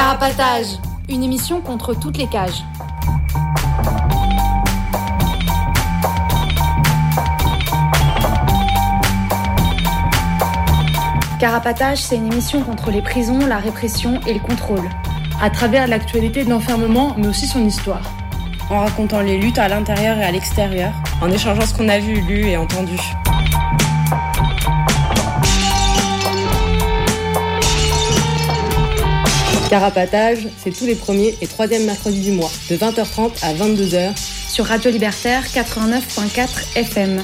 Carapatage, une émission contre toutes les cages. Carapatage, c'est une émission contre les prisons, la répression et le contrôle. À travers l'actualité de l'enfermement, mais aussi son histoire. En racontant les luttes à l'intérieur et à l'extérieur. En échangeant ce qu'on a vu, lu et entendu. Carapatage, c'est tous les premiers et troisièmes mercredis du mois, de 20h30 à 22h. Sur Radio Libertaire 89.4 FM.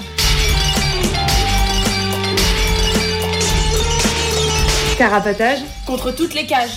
Carapatage contre toutes les cages.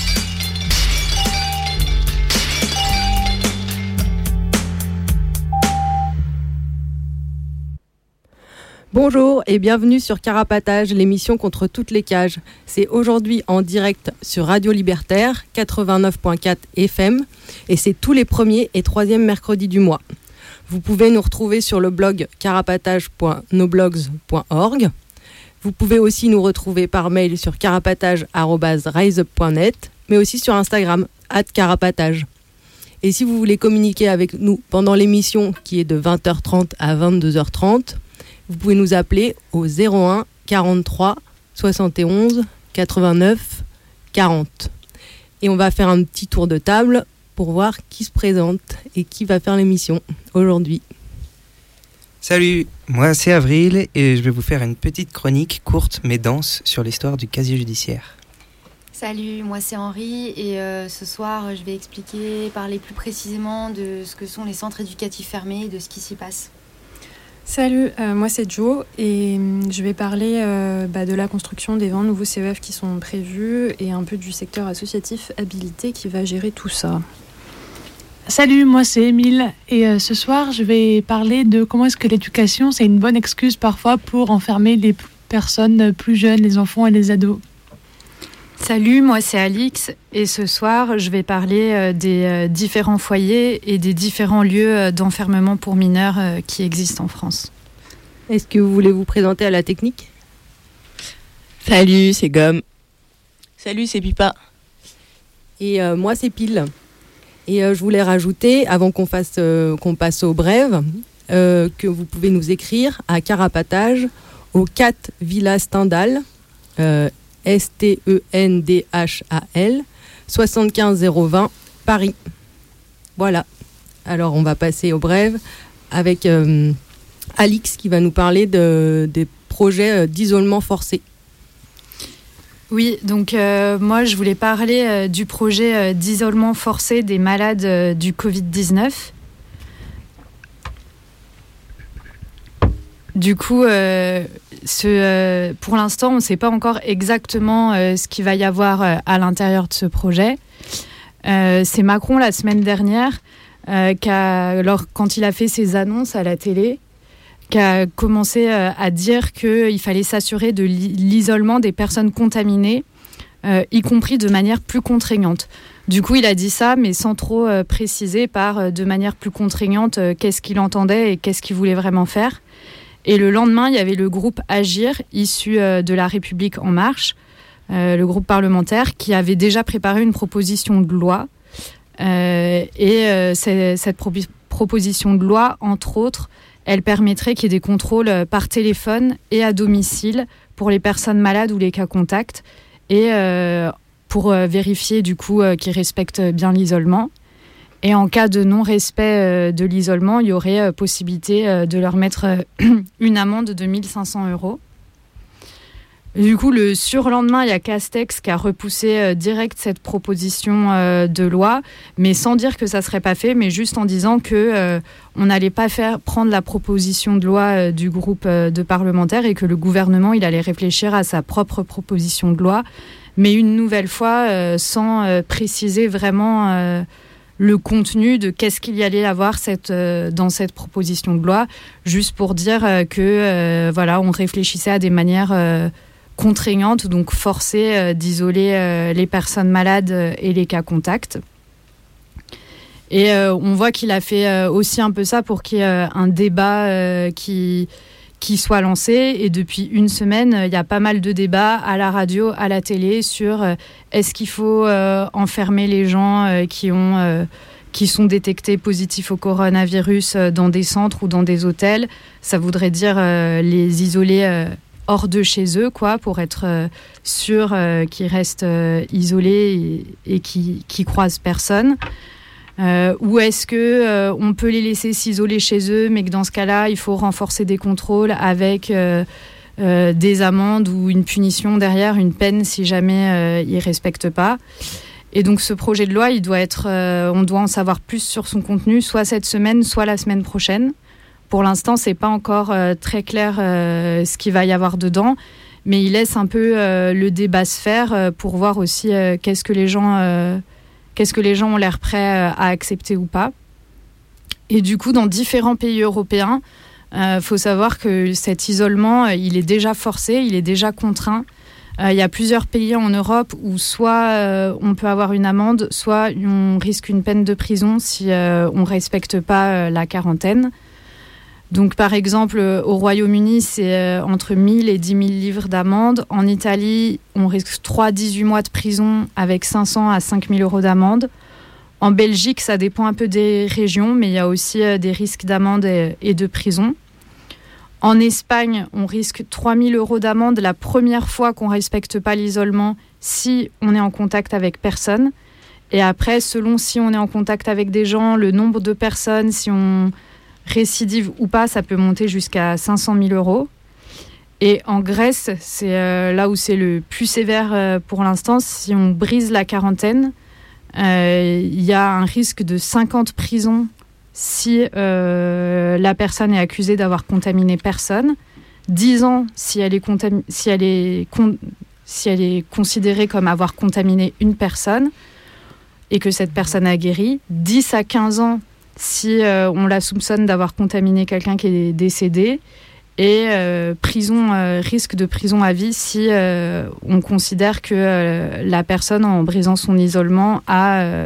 Bonjour et bienvenue sur Carapatage, l'émission contre toutes les cages. C'est aujourd'hui en direct sur Radio Libertaire 89.4 FM et c'est tous les premiers et troisièmes mercredis du mois. Vous pouvez nous retrouver sur le blog carapatage.noblogs.org. Vous pouvez aussi nous retrouver par mail sur carapatage@riseup.net, mais aussi sur Instagram @carapatage. Et si vous voulez communiquer avec nous pendant l'émission qui est de 20h30 à 22h30, vous pouvez nous appeler au 01 43 71 89 40. Et on va faire un petit tour de table pour voir qui se présente et qui va faire l'émission aujourd'hui. Salut, moi c'est Avril et je vais vous faire une petite chronique courte mais dense sur l'histoire du casier judiciaire. Salut, moi c'est Henri et ce soir je vais parler plus précisément de ce que sont les centres éducatifs fermés et de ce qui s'y passe. Salut, moi c'est Jo et je vais parler de la construction des 20 nouveaux CEF qui sont prévus et un peu du secteur associatif habilité qui va gérer tout ça. Salut, moi c'est Émile et ce soir je vais parler de comment est-ce que l'éducation c'est une bonne excuse parfois pour enfermer les personnes plus jeunes, les enfants et les ados. Salut, moi c'est Alix et ce soir je vais parler des différents foyers et des différents lieux d'enfermement pour mineurs qui existent en France. Est-ce que vous voulez vous présenter à la technique ? Salut, c'est Gomme. Salut, c'est Pipa. Et moi c'est Pile. Et je voulais rajouter, avant qu'on passe aux brèves, que vous pouvez nous écrire à Carapatage au 4 Villa Stendhal, STENDHAL, 75020 Paris. Voilà. Alors on va passer aux brèves avec Alix qui va nous parler des projets d'isolement forcé. Oui, donc moi je voulais parler du projet d'isolement forcé des malades du Covid-19. Du coup, pour l'instant, on ne sait pas encore exactement ce qu'il va y avoir à l'intérieur de ce projet. C'est Macron, la semaine dernière, quand il a fait ses annonces à la télé, qui a commencé à dire qu'il fallait s'assurer de l'isolement des personnes contaminées, y compris de manière plus contraignante. Du coup, il a dit ça, mais sans trop préciser de manière plus contraignante qu'est-ce qu'il entendait et qu'est-ce qu'il voulait vraiment faire. Et le lendemain, il y avait le groupe Agir, issu de La République En Marche, le groupe parlementaire, qui avait déjà préparé une proposition de loi. Cette proposition de loi, entre autres, elle permettrait qu'il y ait des contrôles par téléphone et à domicile pour les personnes malades ou les cas contacts et pour vérifier du coup qu'ils respectent bien l'isolement. Et en cas de non-respect de l'isolement, il y aurait possibilité de leur mettre une amende de 1 500 €. Du coup, le surlendemain, il y a Castex qui a repoussé direct cette proposition de loi, mais sans dire que ça ne serait pas fait, mais juste en disant qu'on n'allait pas prendre la proposition de loi du groupe de parlementaires et que le gouvernement il allait réfléchir à sa propre proposition de loi, mais une nouvelle fois sans préciser vraiment le contenu de qu'est-ce qu'il y allait avoir dans cette proposition de loi, juste pour dire que on réfléchissait à des manières contraignante, donc forcée d'isoler les personnes malades et les cas contacts. Et on voit qu'il a fait aussi un peu ça pour qu'il y ait un débat qui qui soit lancé. Et depuis une semaine, il y a pas mal de débats à la radio, à la télé sur est-ce qu'il faut enfermer les gens qui sont détectés positifs au coronavirus dans des centres ou dans des hôtels. Ça voudrait dire les isoler hors de chez eux, quoi, pour être sûr qu'ils restent isolés et qu'ils croisent personne. Ou est-ce que on peut les laisser s'isoler chez eux, mais que dans ce cas-là, il faut renforcer des contrôles avec des amendes ou une punition derrière, une peine si jamais ils respectent pas. Et donc ce projet de loi, on doit en savoir plus sur son contenu, soit cette semaine, soit la semaine prochaine. Pour l'instant, c'est pas encore très clair ce qu'il va y avoir dedans, mais il laisse un peu le débat se faire pour voir aussi qu'est-ce que les gens ont l'air prêts à accepter ou pas. Et du coup, dans différents pays européens, faut savoir que cet isolement, il est déjà forcé, il est déjà contraint. Il y a plusieurs pays en Europe où soit on peut avoir une amende, soit on risque une peine de prison si on ne respecte pas la quarantaine. Donc par exemple, au Royaume-Uni, c'est entre 1000 et 10 000 livres d'amende. En Italie, on risque 3 à 18 mois de prison avec 500 à 5 000 euros d'amende. En Belgique, ça dépend un peu des régions, mais il y a aussi des risques d'amende et de prison. En Espagne, on risque 3 000 euros d'amende la première fois qu'on ne respecte pas l'isolement si on est en contact avec personne. Et après, selon si on est en contact avec des gens, le nombre de personnes, si on récidive ou pas, ça peut monter jusqu'à 500 000 euros. Et en Grèce, c'est là où c'est le plus sévère pour l'instant. Si on brise la quarantaine, il y a un risque de 50 prisons si la personne est accusée d'avoir contaminé personne, 10 ans si elle est considérée comme avoir contaminé une personne et que cette personne a guéri, 10 à 15 ans si on la soupçonne d'avoir contaminé quelqu'un qui est décédé, et risque de prison à vie si on considère que la personne, en brisant son isolement, a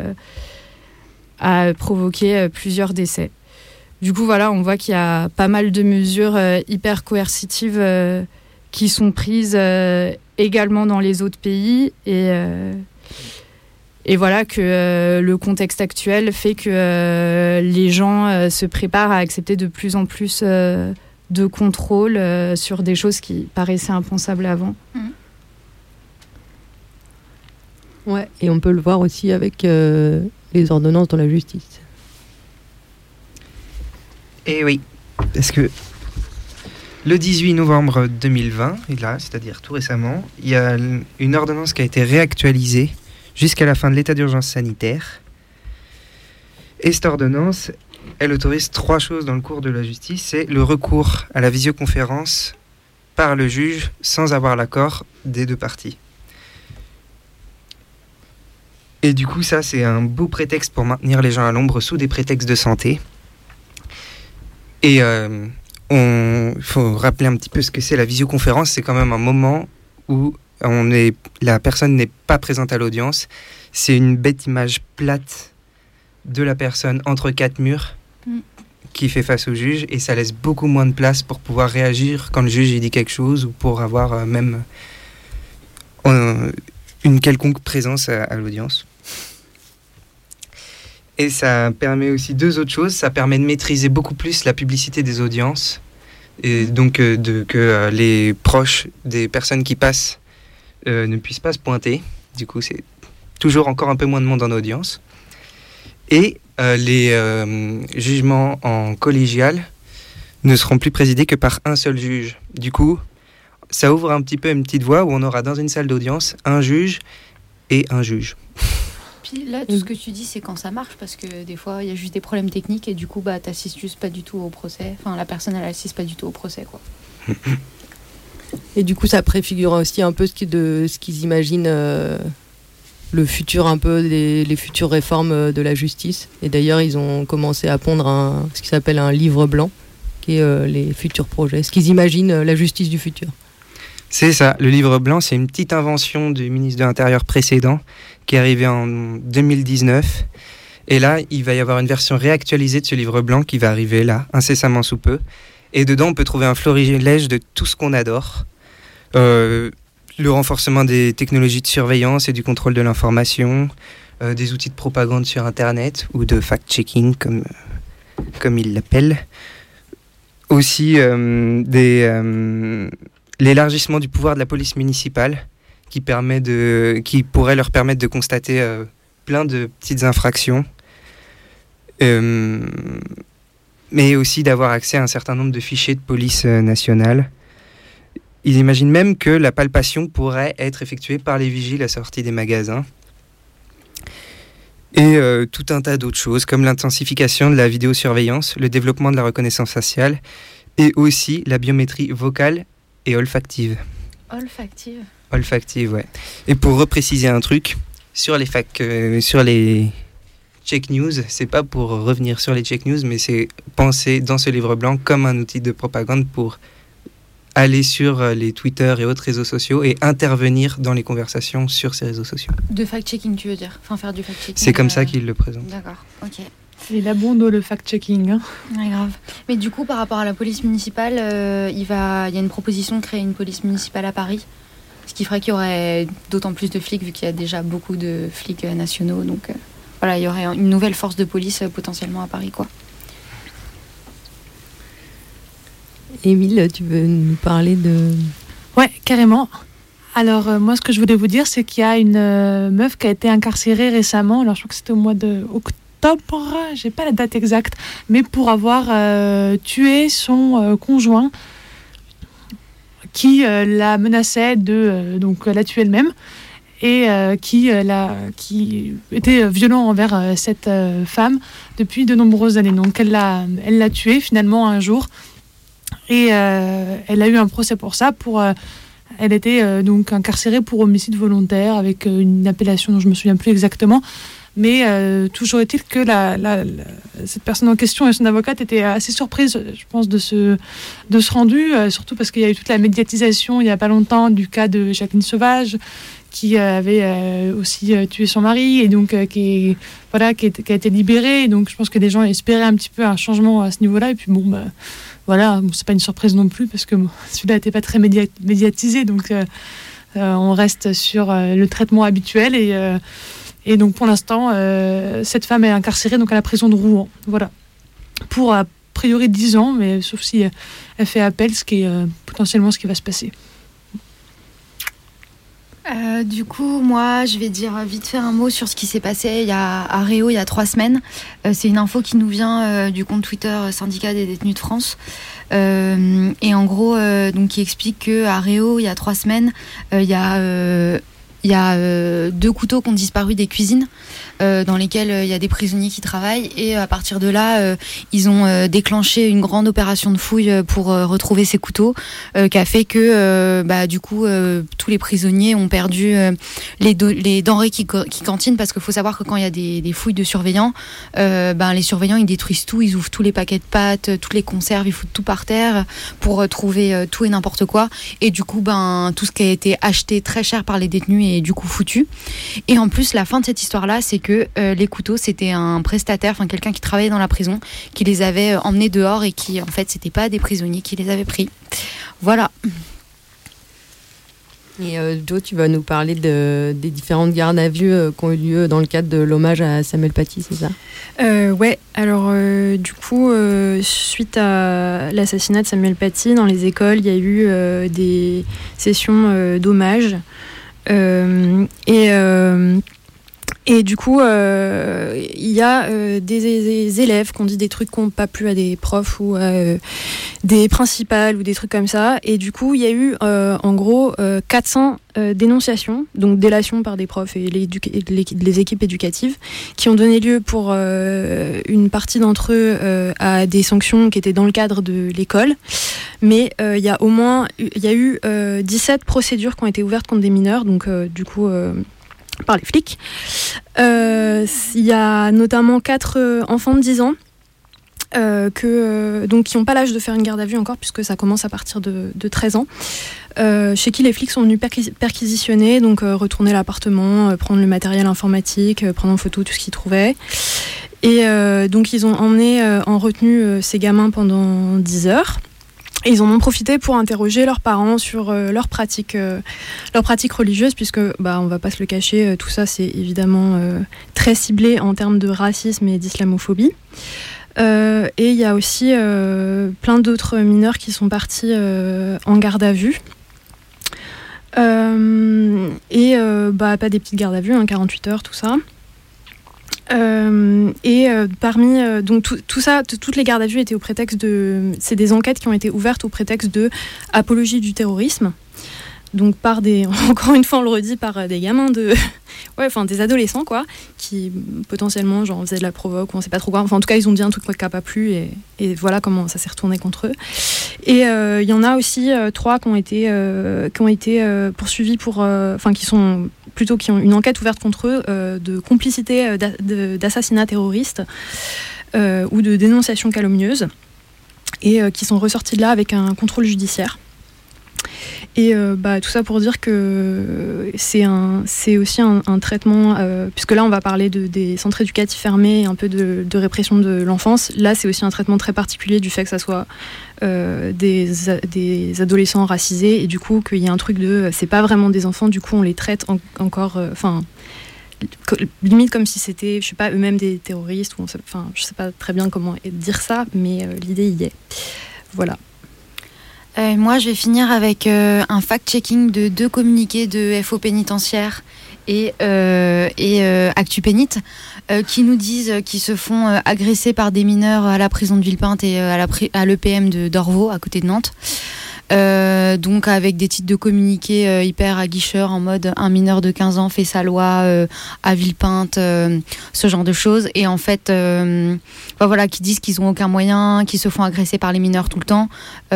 provoqué plusieurs décès. Du coup, voilà, on voit qu'il y a pas mal de mesures hyper coercitives qui sont prises également dans les autres pays, et voilà que le contexte actuel fait que les gens se préparent à accepter de plus en plus de contrôle sur des choses qui paraissaient impensables avant. Ouais, et on peut le voir aussi avec les ordonnances dans la justice. Et oui, parce que le 18 novembre 2020, et là, c'est-à-dire tout récemment, il y a une ordonnance qui a été réactualisée jusqu'à la fin de l'état d'urgence sanitaire. Et cette ordonnance, elle autorise 3 choses dans le cours de la justice. C'est le recours à la visioconférence par le juge sans avoir l'accord des 2 parties. Et du coup, ça, c'est un beau prétexte pour maintenir les gens à l'ombre sous des prétextes de santé. Et il faut rappeler un petit peu ce que c'est la visioconférence. C'est quand même un moment où la personne n'est pas présente à l'audience. C'est une bête image plate de la personne entre 4 murs qui fait face au juge, et ça laisse beaucoup moins de place pour pouvoir réagir quand le juge il dit quelque chose, ou pour avoir même une quelconque présence à l'audience. Et ça permet aussi 2 autres choses. Ça permet de maîtriser beaucoup plus la publicité des audiences, et donc que les proches des personnes qui passent ne puissent pas se pointer. Du coup, c'est toujours encore un peu moins de monde en audience. Et les jugements en collégial ne seront plus présidés que par un seul juge. Du coup, ça ouvre un petit peu une petite voie où on aura dans une salle d'audience un juge et un juge. Puis là, tout ce que tu dis, c'est quand ça marche, parce que des fois, il y a juste des problèmes techniques et du coup, t'assistes juste pas du tout au procès. Enfin, la personne, elle assiste pas du tout au procès, quoi. Et du coup, ça préfigure aussi un peu ce qu'ils imaginent le futur, un peu les futures réformes de la justice. Et d'ailleurs, ils ont commencé à pondre ce qui s'appelle un livre blanc, qui est les futurs projets, ce qu'ils imaginent la justice du futur. C'est ça, le livre blanc, c'est une petite invention du ministre de l'Intérieur précédent qui est arrivé en 2019. Et là, il va y avoir une version réactualisée de ce livre blanc qui va arriver là, incessamment sous peu. Et dedans, on peut trouver un florilège de tout ce qu'on adore. Le renforcement des technologies de surveillance et du contrôle de l'information, des outils de propagande sur Internet ou de fact-checking, comme ils l'appellent. Aussi, l'élargissement du pouvoir de la police municipale qui pourrait leur permettre de constater plein de petites infractions, mais aussi d'avoir accès à un certain nombre de fichiers de police nationale. Ils imaginent même que la palpation pourrait être effectuée par les vigiles à la sortie des magasins. Et tout un tas d'autres choses, comme l'intensification de la vidéosurveillance, le développement de la reconnaissance faciale, et aussi la biométrie vocale et olfactive. Olfactive, ouais. Et pour repréciser un truc, sur les check news, c'est pas pour revenir sur les check news, mais c'est penser dans ce livre blanc comme un outil de propagande pour aller sur les Twitter et autres réseaux sociaux et intervenir dans les conversations sur ces réseaux sociaux. De fact-checking, tu veux dire? Enfin, faire du fact-checking. C'est comme ça qu'ils le présentent. D'accord, ok. Et la bombe, le fact-checking. Hein. Ouais, grave. Mais du coup, par rapport à la police municipale, il y a une proposition de créer une police municipale à Paris, ce qui ferait qu'il y aurait d'autant plus de flics, vu qu'il y a déjà beaucoup de flics nationaux. Donc voilà, il y aurait une nouvelle force de police potentiellement à Paris, quoi. Émile, tu veux nous parler de... Ouais, carrément. Alors, moi, ce que je voulais vous dire, c'est qu'il y a une meuf qui a été incarcérée récemment. Alors, je crois que c'était au mois d'octobre, j'ai pas la date exacte, mais pour avoir tué son conjoint qui la menaçait donc la tuer elle-même et qui était violent envers cette femme depuis de nombreuses années. Donc, elle l'a tué finalement un jour. Et elle a eu un procès pour ça. Elle était donc incarcérée pour homicide volontaire avec une appellation dont je ne me souviens plus exactement. Mais toujours est-il que cette personne en question et son avocate étaient assez surprises, je pense, de ce rendu. Surtout parce qu'il y a eu toute la médiatisation il n'y a pas longtemps du cas de Jacqueline Sauvage qui avait aussi tué son mari et donc qui a été libérée. Et donc je pense que les gens espéraient un petit peu un changement à ce niveau-là. Et puis voilà, c'est pas une surprise non plus parce que celui-là n'était pas très médiatisé, donc on reste sur le traitement habituel et donc pour l'instant cette femme est incarcérée donc à la prison de Rouen, voilà, pour a priori 10 ans, mais sauf si elle fait appel, ce qui est potentiellement ce qui va se passer. Du coup, moi, je vais dire vite fait un mot sur ce qui s'est passé à Réau il y a 3 semaines. C'est une info qui nous vient du compte Twitter Syndicat des détenus de France. Et en gros, donc, qui explique qu'à Réau, il y a 3 semaines, il y a 2 couteaux qui ont disparu des cuisines dans lesquelles il y a des prisonniers qui travaillent. Et à partir de là, ils ont déclenché une grande opération de fouille pour retrouver ces couteaux, qui a fait que du coup, tous les prisonniers ont perdu les denrées qui cantinent, parce qu'il faut savoir que quand il y a des fouilles de surveillants, les surveillants ils détruisent tout, ils ouvrent tous les paquets de pâtes, toutes les conserves, ils foutent tout par terre pour trouver tout et n'importe quoi. Et du coup, tout ce qui a été acheté très cher par les détenus est du coup foutu. Et en plus, la fin de cette histoire-là, c'est que les couteaux, c'était un prestataire, enfin quelqu'un qui travaillait dans la prison, qui les avait emmenés dehors et qui, en fait, c'était pas des prisonniers qui les avaient pris. Voilà. Et Jo, tu vas nous parler des différentes gardes à vue qui ont eu lieu dans le cadre de l'hommage à Samuel Paty, c'est ça? Ouais, alors du coup, suite à l'assassinat de Samuel Paty, dans les écoles, il y a eu des sessions d'hommage. Et du coup, il y a des élèves qui ont dit des trucs qui n'ont pas plu à des profs ou à des principales ou des trucs comme ça. Et du coup, il y a eu en gros 400 dénonciations, donc délations par des profs et les équipes éducatives, qui ont donné lieu pour une partie d'entre eux à des sanctions qui étaient dans le cadre de l'école. Mais il y a eu 17 procédures qui ont été ouvertes contre des mineurs, donc du coup... par les flics. Il y a notamment 4 enfants de 10 ans donc qui n'ont pas l'âge de faire une garde à vue encore, puisque ça commence à partir de 13 ans, chez qui les flics sont venus perquisitionner, donc retourner l'appartement, prendre le matériel informatique, prendre en photo tout ce qu'ils trouvaient. Et donc ils ont emmené en retenue ces gamins pendant 10 heures. Et ils en ont profité pour interroger leurs parents sur leurs pratiques religieuses, puisque, on va pas se le cacher, tout ça c'est évidemment très ciblé en termes de racisme et d'islamophobie. Et il y a aussi plein d'autres mineurs qui sont partis en garde à vue. Pas des petites gardes à vue, 48 heures, tout ça. Parmi donc tout ça, toutes les gardes à vue étaient au prétexte de, c'est des enquêtes qui ont été ouvertes au prétexte de apologie du terrorisme, donc par des, encore une fois on le redit, par des gamins des adolescents quoi, qui potentiellement faisaient de la provoque ou on sait pas trop quoi, en tout cas ils ont dit un truc qui n'a pas plu et voilà comment ça s'est retourné contre eux. Et il y en a aussi 3 qui ont été poursuivis pour qui ont une enquête ouverte contre eux de complicité d'assassinat terroriste ou de dénonciation calomnieuse, et qui sont ressortis de là avec un contrôle judiciaire. Et tout ça pour dire que c'est aussi un traitement, puisque là on va parler des centres éducatifs fermés, un peu de répression de l'enfance. Là c'est aussi un traitement très particulier du fait que ça soit des adolescents racisés, et du coup qu'il y ait un truc de c'est pas vraiment des enfants, du coup on les traite encore limite comme si c'était, je sais pas, eux-mêmes des terroristes, je sais pas très bien comment dire ça, mais l'idée y est. Voilà. Moi, je vais finir avec un fact-checking de 2 communiqués de FO pénitentiaire et Actu Pénit qui nous disent qu'ils se font agresser par des mineurs à la prison de Villepinte et à l'EPM d'Orvaux, à côté de Nantes. Donc avec des titres de communiqués hyper aguicheurs en mode un mineur de 15 ans fait sa loi à Villepinte, ce genre de choses, et en fait qui disent qu'ils ont aucun moyen, qu'ils se font agresser par les mineurs tout le temps,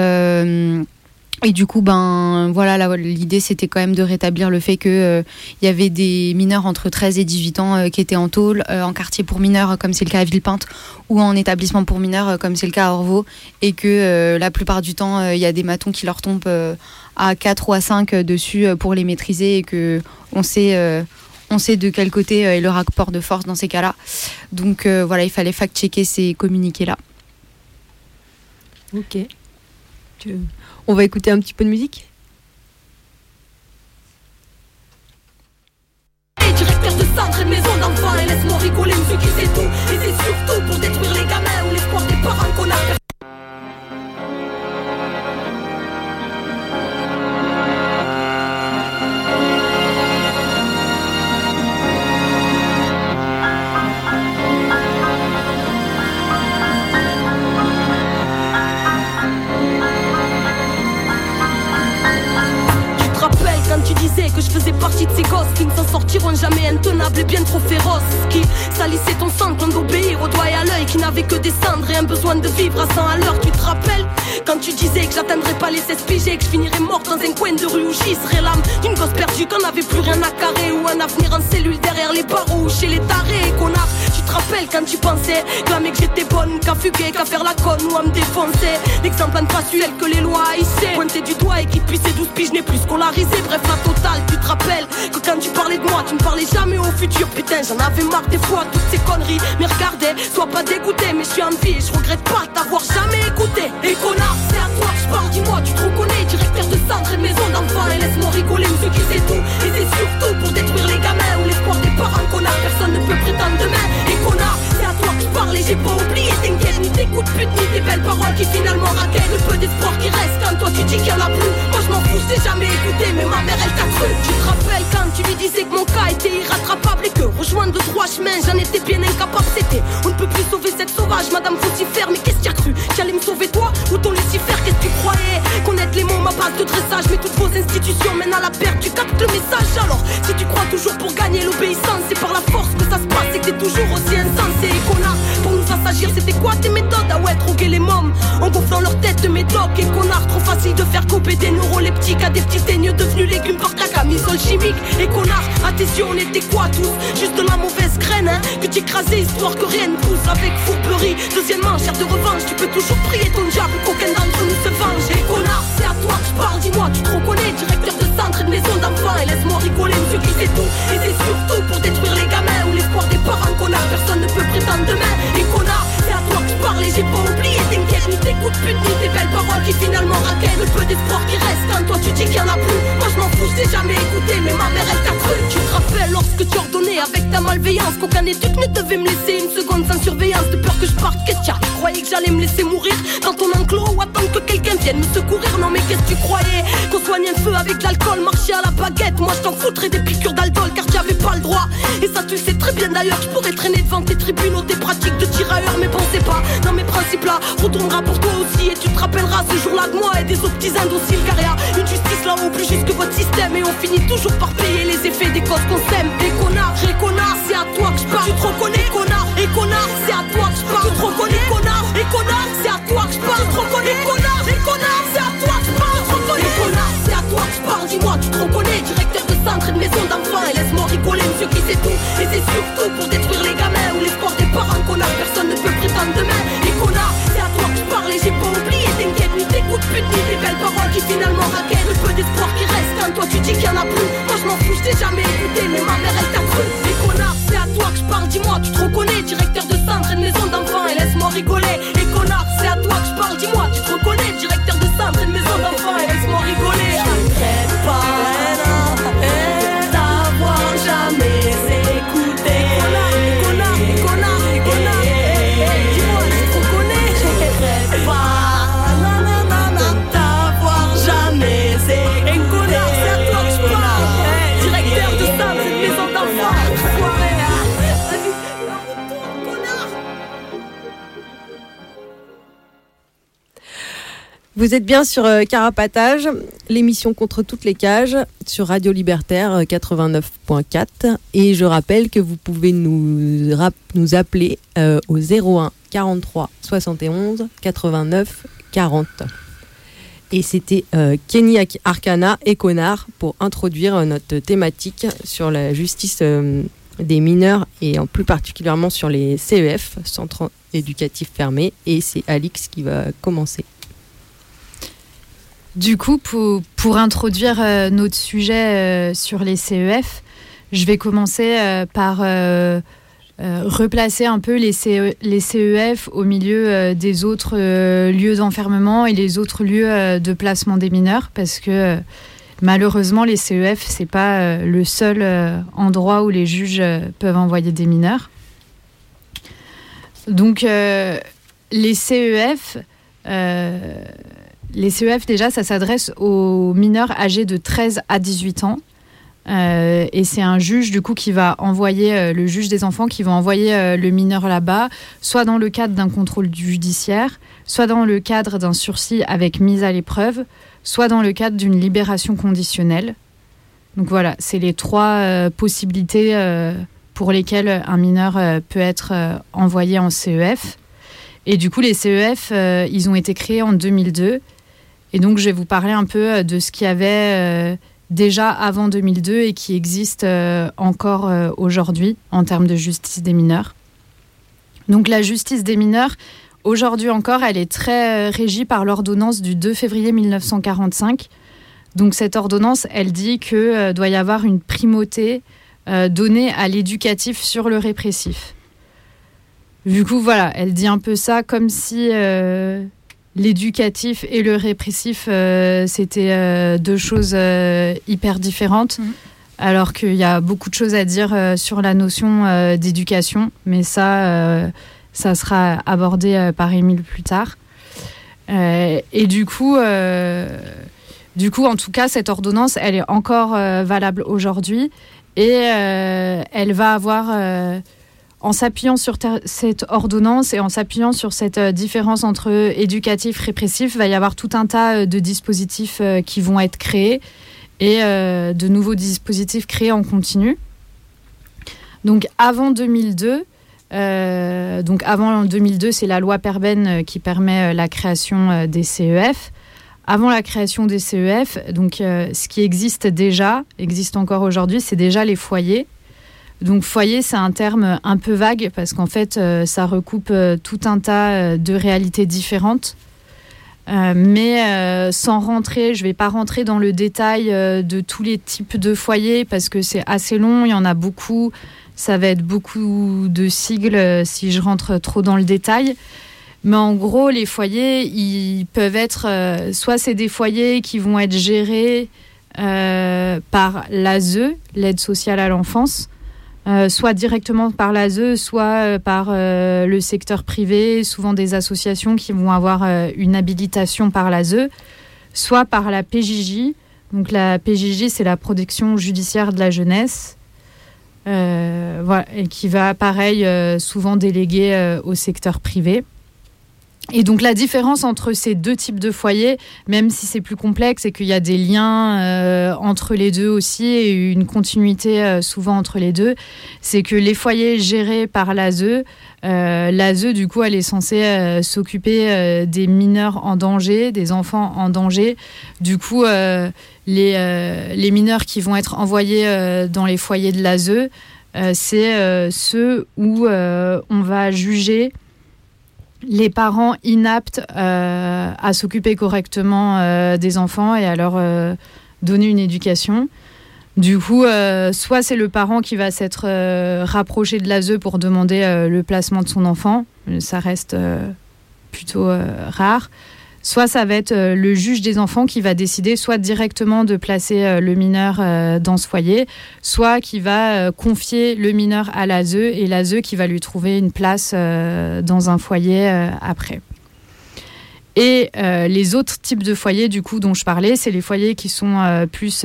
et du coup l'idée c'était quand même de rétablir le fait que y avait des mineurs entre 13 et 18 ans qui étaient en tôle, en quartier pour mineurs comme c'est le cas à Villepinte, ou en établissement pour mineurs comme c'est le cas à Orvaux, et que la plupart du temps il y a des matons qui leur tombent à 4 ou à 5 dessus pour les maîtriser, et que on sait de quel côté est le rapport de force dans ces cas-là. Donc il fallait fact-checker ces communiqués-là. Ok. On va écouter un petit peu de musique. Directeur de centre et de maison d'enfants, et laisse-moi rigoler, monsieur qui sait tout. Et c'est surtout pour détruire les gamins ou l'espoir des parents qu'on a. Tu disais que je faisais partie de ces gosses qui ne s'en sortiront jamais, intenables et bien trop féroces, qui salissaient ton sang quand d'obéir au doigt et à l'œil, qui n'avaient que des cendres et un besoin de vivre à 100 à l'heure. Tu te rappelles quand tu disais que j'atteindrais pas les 16 pigés, que je finirais morte dans un coin de rue où j'y serais l'âme d'une gosse perdue, qu'on n'avait plus rien à carrer, ou un avenir en cellule derrière les barreaux ou chez les tarés, connard. Tu te rappelles quand tu pensais clamer que j'étais bonne, qu'à fuguer, qu'à faire la conne ou à me défoncer. L'exemple à ne pas suivre que les lois haïssaient, pointer du doigt et qui depuis ces 12 piges n'est plus scolarisé. Bref, la totale. Tu te rappelles que quand tu parlais de moi, tu ne parlais jamais au futur. Putain, j'en avais marre des fois, toutes ces conneries. Mais regardez, sois pas dégoûté, mais je suis en vie et je regrette pas t'avoir jamais écouté. Et connard, c'est à toi que je parle, dis-moi, tu te reconnais. Directeur de centre et de maison d'enfants, et laisse-moi rigoler, monsieur qui sait tout. Et c'est surtout pour détruire les gamins ou l'espoir des parents, connard. Personne ne peut prétendre demain. Et connard, c'est à toi que je parle et j'ai pas oublié. T'inquiète, ni tes coups de pute, ni tes belles paroles qui finalement raquettent le peu d'espoir qui reste quand toi tu dis qu'il y en a plus. Moi je m'en fous, je t'ai jamais écouté, mais ma mère elle t'a cru. Tu te rappelles quand tu lui disais que mon cas était irrattrapable et que rejoindre de 3 chemins j'en étais bien incapable. C'était on ne peut plus sauver cette sauvage madame Faucifère. Mais qu'est-ce qu'il y a cru? Tu allais me sauver toi ou ton Lucifer? Qu'est-ce que tu croyais? Connaître les mots, ma base de dressage. Mais toutes vos institutions mènent à la perte. Tu captes le message. Alors si tu crois toujours pour gagner l'obéissance, c'est par la force que ça se passe et que t'es toujours aussi insensé. Et connard, pour nous assagir c'était quoi tes méthodes? Ah ouais, droguer les mômes en gonflant leur tête de médoc. Et connard, trop facile de faire couper des neuroleptiques à des petits teigneux devenus légumes par la camisole chimique. Et connard, à tes yeux on était quoi tous? Juste de la mauvaise graine hein, que t'écrasais histoire que rien ne pousse avec fourberie. Deuxièmement, chair de revanche, tu peux toujours prier ton diable, qu'aucun d'entre nous se venge. Et connard, c'est à toi que je parle, dis-moi, tu te reconnais? Directeur de centre et de maison d'enfants, et laisse-moi rigoler, monsieur qui sait tout. Et c'est surtout pour détruire les gamins ou l'espoir des parents, connard. Personne ne peut prétendre demain. Et connard, c'est à toi que je parle et j'ai pas oublié. T'inquiète, ni tes coups de pute, ni tes belles paroles qui finalement que j'allais me laisser mourir dans ton enclos ou attendre que quelqu'un vienne me secourir. Non mais qu'est-ce que tu croyais? Qu'on soignait le feu avec l'alcool, marcher à la baguette. Moi je t'en foutrais des piqûres d'aldol car tu avais pas le droit. Et ça tu sais très bien d'ailleurs, je pourrais traîner devant tes tribunaux, tes pratiques de tirailleurs. Mais bon c'est pas dans mes principes là, retournera pour toi aussi. Et tu te rappelleras ce jour-là de moi et des autres petits indociles. Car y'a une justice là-haut plus juste que votre système. Et on finit toujours par payer les effets des causes qu'on sème. Et connard, c'est à toi que je parle. Tu te reconnais connard? Et connard, c'est à toi que je parle. Tu te reconnais connard? Et connard, c'est à toi que je parle. Tu te reconnais connard? Et connard, c'est à toi que je parle. Tu te reconnais connard? C'est à toi que je parle. Dis-moi, tu te reconnais? Directeur de centre et de maison d'enfants. Et laisse-moi rigoler, monsieur qui sait tout. Et c'est surtout pour détruire les gamins ou l'espoir des parents. Connard, personne ne peut prétendre demain. Et connard, c'est à toi que je parle. Et j'ai pas oublié, t'inquiète, ni tes coups de pute, ni tes belles paroles qui finalement raquettent le peu d'espoir qui reste. Quand toi tu dis qu'il y en a plus, moi je m'en fous, je t'ai jamais écouté, mais ma mère elle t'a cru. Et connard, c'est à toi que je parle, dis-moi, tu te reconnais? Directeur de centre et de maison d'enfants, et laisse-moi rigoler. Et connard, c'est à toi que je parle, dis-moi, tu te reconnais? Directeur de centre et de maison d'enfants, et laisse-moi rigoler. Je regrette pas d'avoir jamais écouté. Connard, dis-moi, tu te reconnais? Je regrette pas d'avoir jamais écouté. Et connard, c'est à toi que je parle. Directeur de centre et de maison d'enfants. Vous êtes bien sur Carapatage, l'émission contre toutes les cages, sur Radio Libertaire 89.4. Et je rappelle que vous pouvez nous appeler au 01 43 71 89 40. Et c'était Kenny Arcana et Connard pour introduire notre thématique sur la justice des mineurs et en plus particulièrement sur les CEF, Centres Éducatifs Fermés. Et c'est Alix qui va commencer. Du coup, pour introduire notre sujet sur les CEF, je vais commencer par replacer un peu les CEF au milieu des autres lieux d'enfermement et les autres lieux de placement des mineurs, parce que malheureusement, les CEF, c'est pas le seul endroit où les juges peuvent envoyer des mineurs. Donc, les CEF... Les CEF, déjà, ça s'adresse aux mineurs âgés de 13 à 18 ans. Et c'est un juge, du coup, qui va envoyer, le juge des enfants, qui va envoyer le mineur là-bas, soit dans le cadre d'un contrôle judiciaire, soit dans le cadre d'un sursis avec mise à l'épreuve, soit dans le cadre d'une libération conditionnelle. Donc voilà, c'est les trois possibilités pour lesquelles un mineur peut être envoyé en CEF. Et du coup, les CEF, ils ont été créés en 2002. Et donc, je vais vous parler un peu de ce qu'il y avait déjà avant 2002 et qui existe encore aujourd'hui en termes de justice des mineurs. Donc, la justice des mineurs, aujourd'hui encore, elle est très régie par l'ordonnance du 2 février 1945. Donc, cette ordonnance, elle dit qu'il doit y avoir une primauté donnée à l'éducatif sur le répressif. Du coup, voilà, elle dit un peu ça comme si l'éducatif et le répressif, c'était deux choses hyper différentes, alors qu'il y a beaucoup de choses à dire sur la notion d'éducation, mais ça sera abordé par Émile plus tard. Et du coup, en tout cas, cette ordonnance, elle est encore valable aujourd'hui et elle va avoir... en s'appuyant sur cette ordonnance et en s'appuyant sur cette différence entre éducatif et répressif, il va y avoir tout un tas de dispositifs qui vont être créés et de nouveaux dispositifs créés en continu. Donc avant 2002, c'est la loi Perben qui permet la création des CEF. Avant la création des CEF, donc, ce qui existe encore aujourd'hui, c'est déjà les foyers. Donc foyer, c'est un terme un peu vague parce qu'en fait, ça recoupe tout un tas de réalités différentes. Mais sans rentrer, je ne vais pas rentrer dans le détail de tous les types de foyers parce que c'est assez long, il y en a beaucoup. Ça va être beaucoup de sigles si je rentre trop dans le détail. Mais en gros, les foyers, ils peuvent être... soit c'est des foyers qui vont être gérés par l'ASE, l'aide sociale à l'enfance, soit directement par l'ASE, soit par le secteur privé, souvent des associations qui vont avoir une habilitation par l'ASE, soit par la PJJ. Donc la PJJ, c'est la protection judiciaire de la jeunesse, voilà, et qui va, pareil, souvent déléguer au secteur privé. Et donc la différence entre ces deux types de foyers, même si c'est plus complexe, c'est qu'il y a des liens entre les deux aussi et une continuité souvent entre les deux, c'est que les foyers gérés par l'ASE, l'ASE du coup elle est censée s'occuper des mineurs en danger, des enfants en danger. Du coup les mineurs qui vont être envoyés dans les foyers de l'ASE, c'est ceux où on va juger les parents inaptes à s'occuper correctement des enfants et à leur donner une éducation. Du coup, soit c'est le parent qui va s'être rapproché de l'ASE pour demander le placement de son enfant, ça reste plutôt rare. Soit ça va être le juge des enfants qui va décider soit directement de placer le mineur dans ce foyer, soit qui va confier le mineur à l'ASE et l'ASE qui va lui trouver une place dans un foyer après. Et les autres types de foyers du coup dont je parlais, c'est les foyers qui sont plus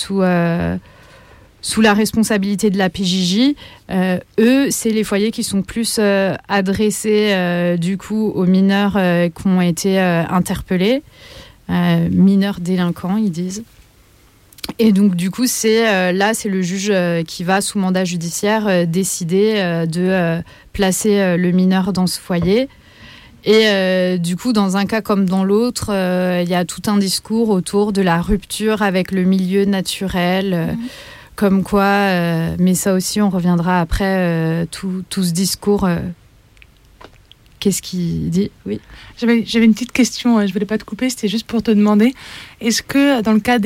sous la responsabilité de la PJJ. Eux, c'est les foyers qui sont plus adressés du coup aux mineurs qui ont été interpellés, mineurs délinquants, ils disent. Et donc du coup, c'est le juge qui va sous mandat judiciaire décider de placer le mineur dans ce foyer. Et du coup, dans un cas comme dans l'autre, il y a tout un discours autour de la rupture avec le milieu naturel. Comme quoi, mais ça aussi, on reviendra après, tout ce discours. Qu'est-ce qu'il dit ? Oui. J'avais une petite question, je ne voulais pas te couper, c'était juste pour te demander, est-ce que dans le cas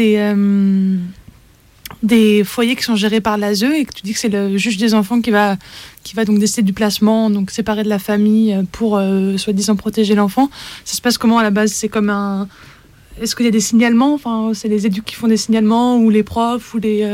des foyers qui sont gérés par l'ASE et que tu dis que c'est le juge des enfants qui va donc décider du placement, donc séparer de la famille pour soi-disant protéger l'enfant, ça se passe comment à la base ? C'est comme un... Est-ce qu'il y a des signalements ? Enfin, c'est les éducs qui font des signalements ou les profs ou les...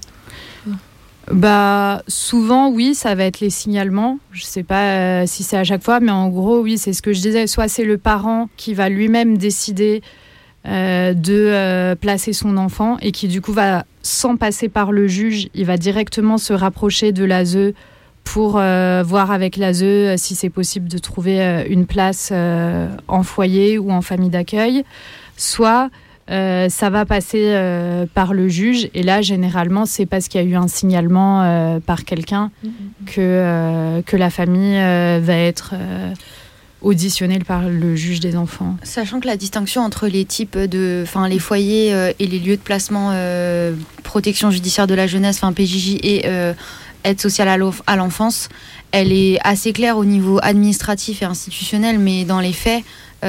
Bah, souvent, oui, ça va être les signalements. Je sais pas si c'est à chaque fois, mais en gros, oui, c'est ce que je disais. Soit c'est le parent qui va lui-même décider de placer son enfant et qui, du coup, va, sans passer par le juge, il va directement se rapprocher de l'ASE pour voir avec l'ASE si c'est possible de trouver une place en foyer ou en famille d'accueil. Soit... ça va passer par le juge et là généralement c'est parce qu'il y a eu un signalement par quelqu'un que la famille va être auditionnée par le juge des enfants. Sachant que la distinction entre les types les foyers et les lieux de placement protection judiciaire de la jeunesse, PJJ et aide sociale à l'enfance, elle est assez claire au niveau administratif et institutionnel, mais dans les faits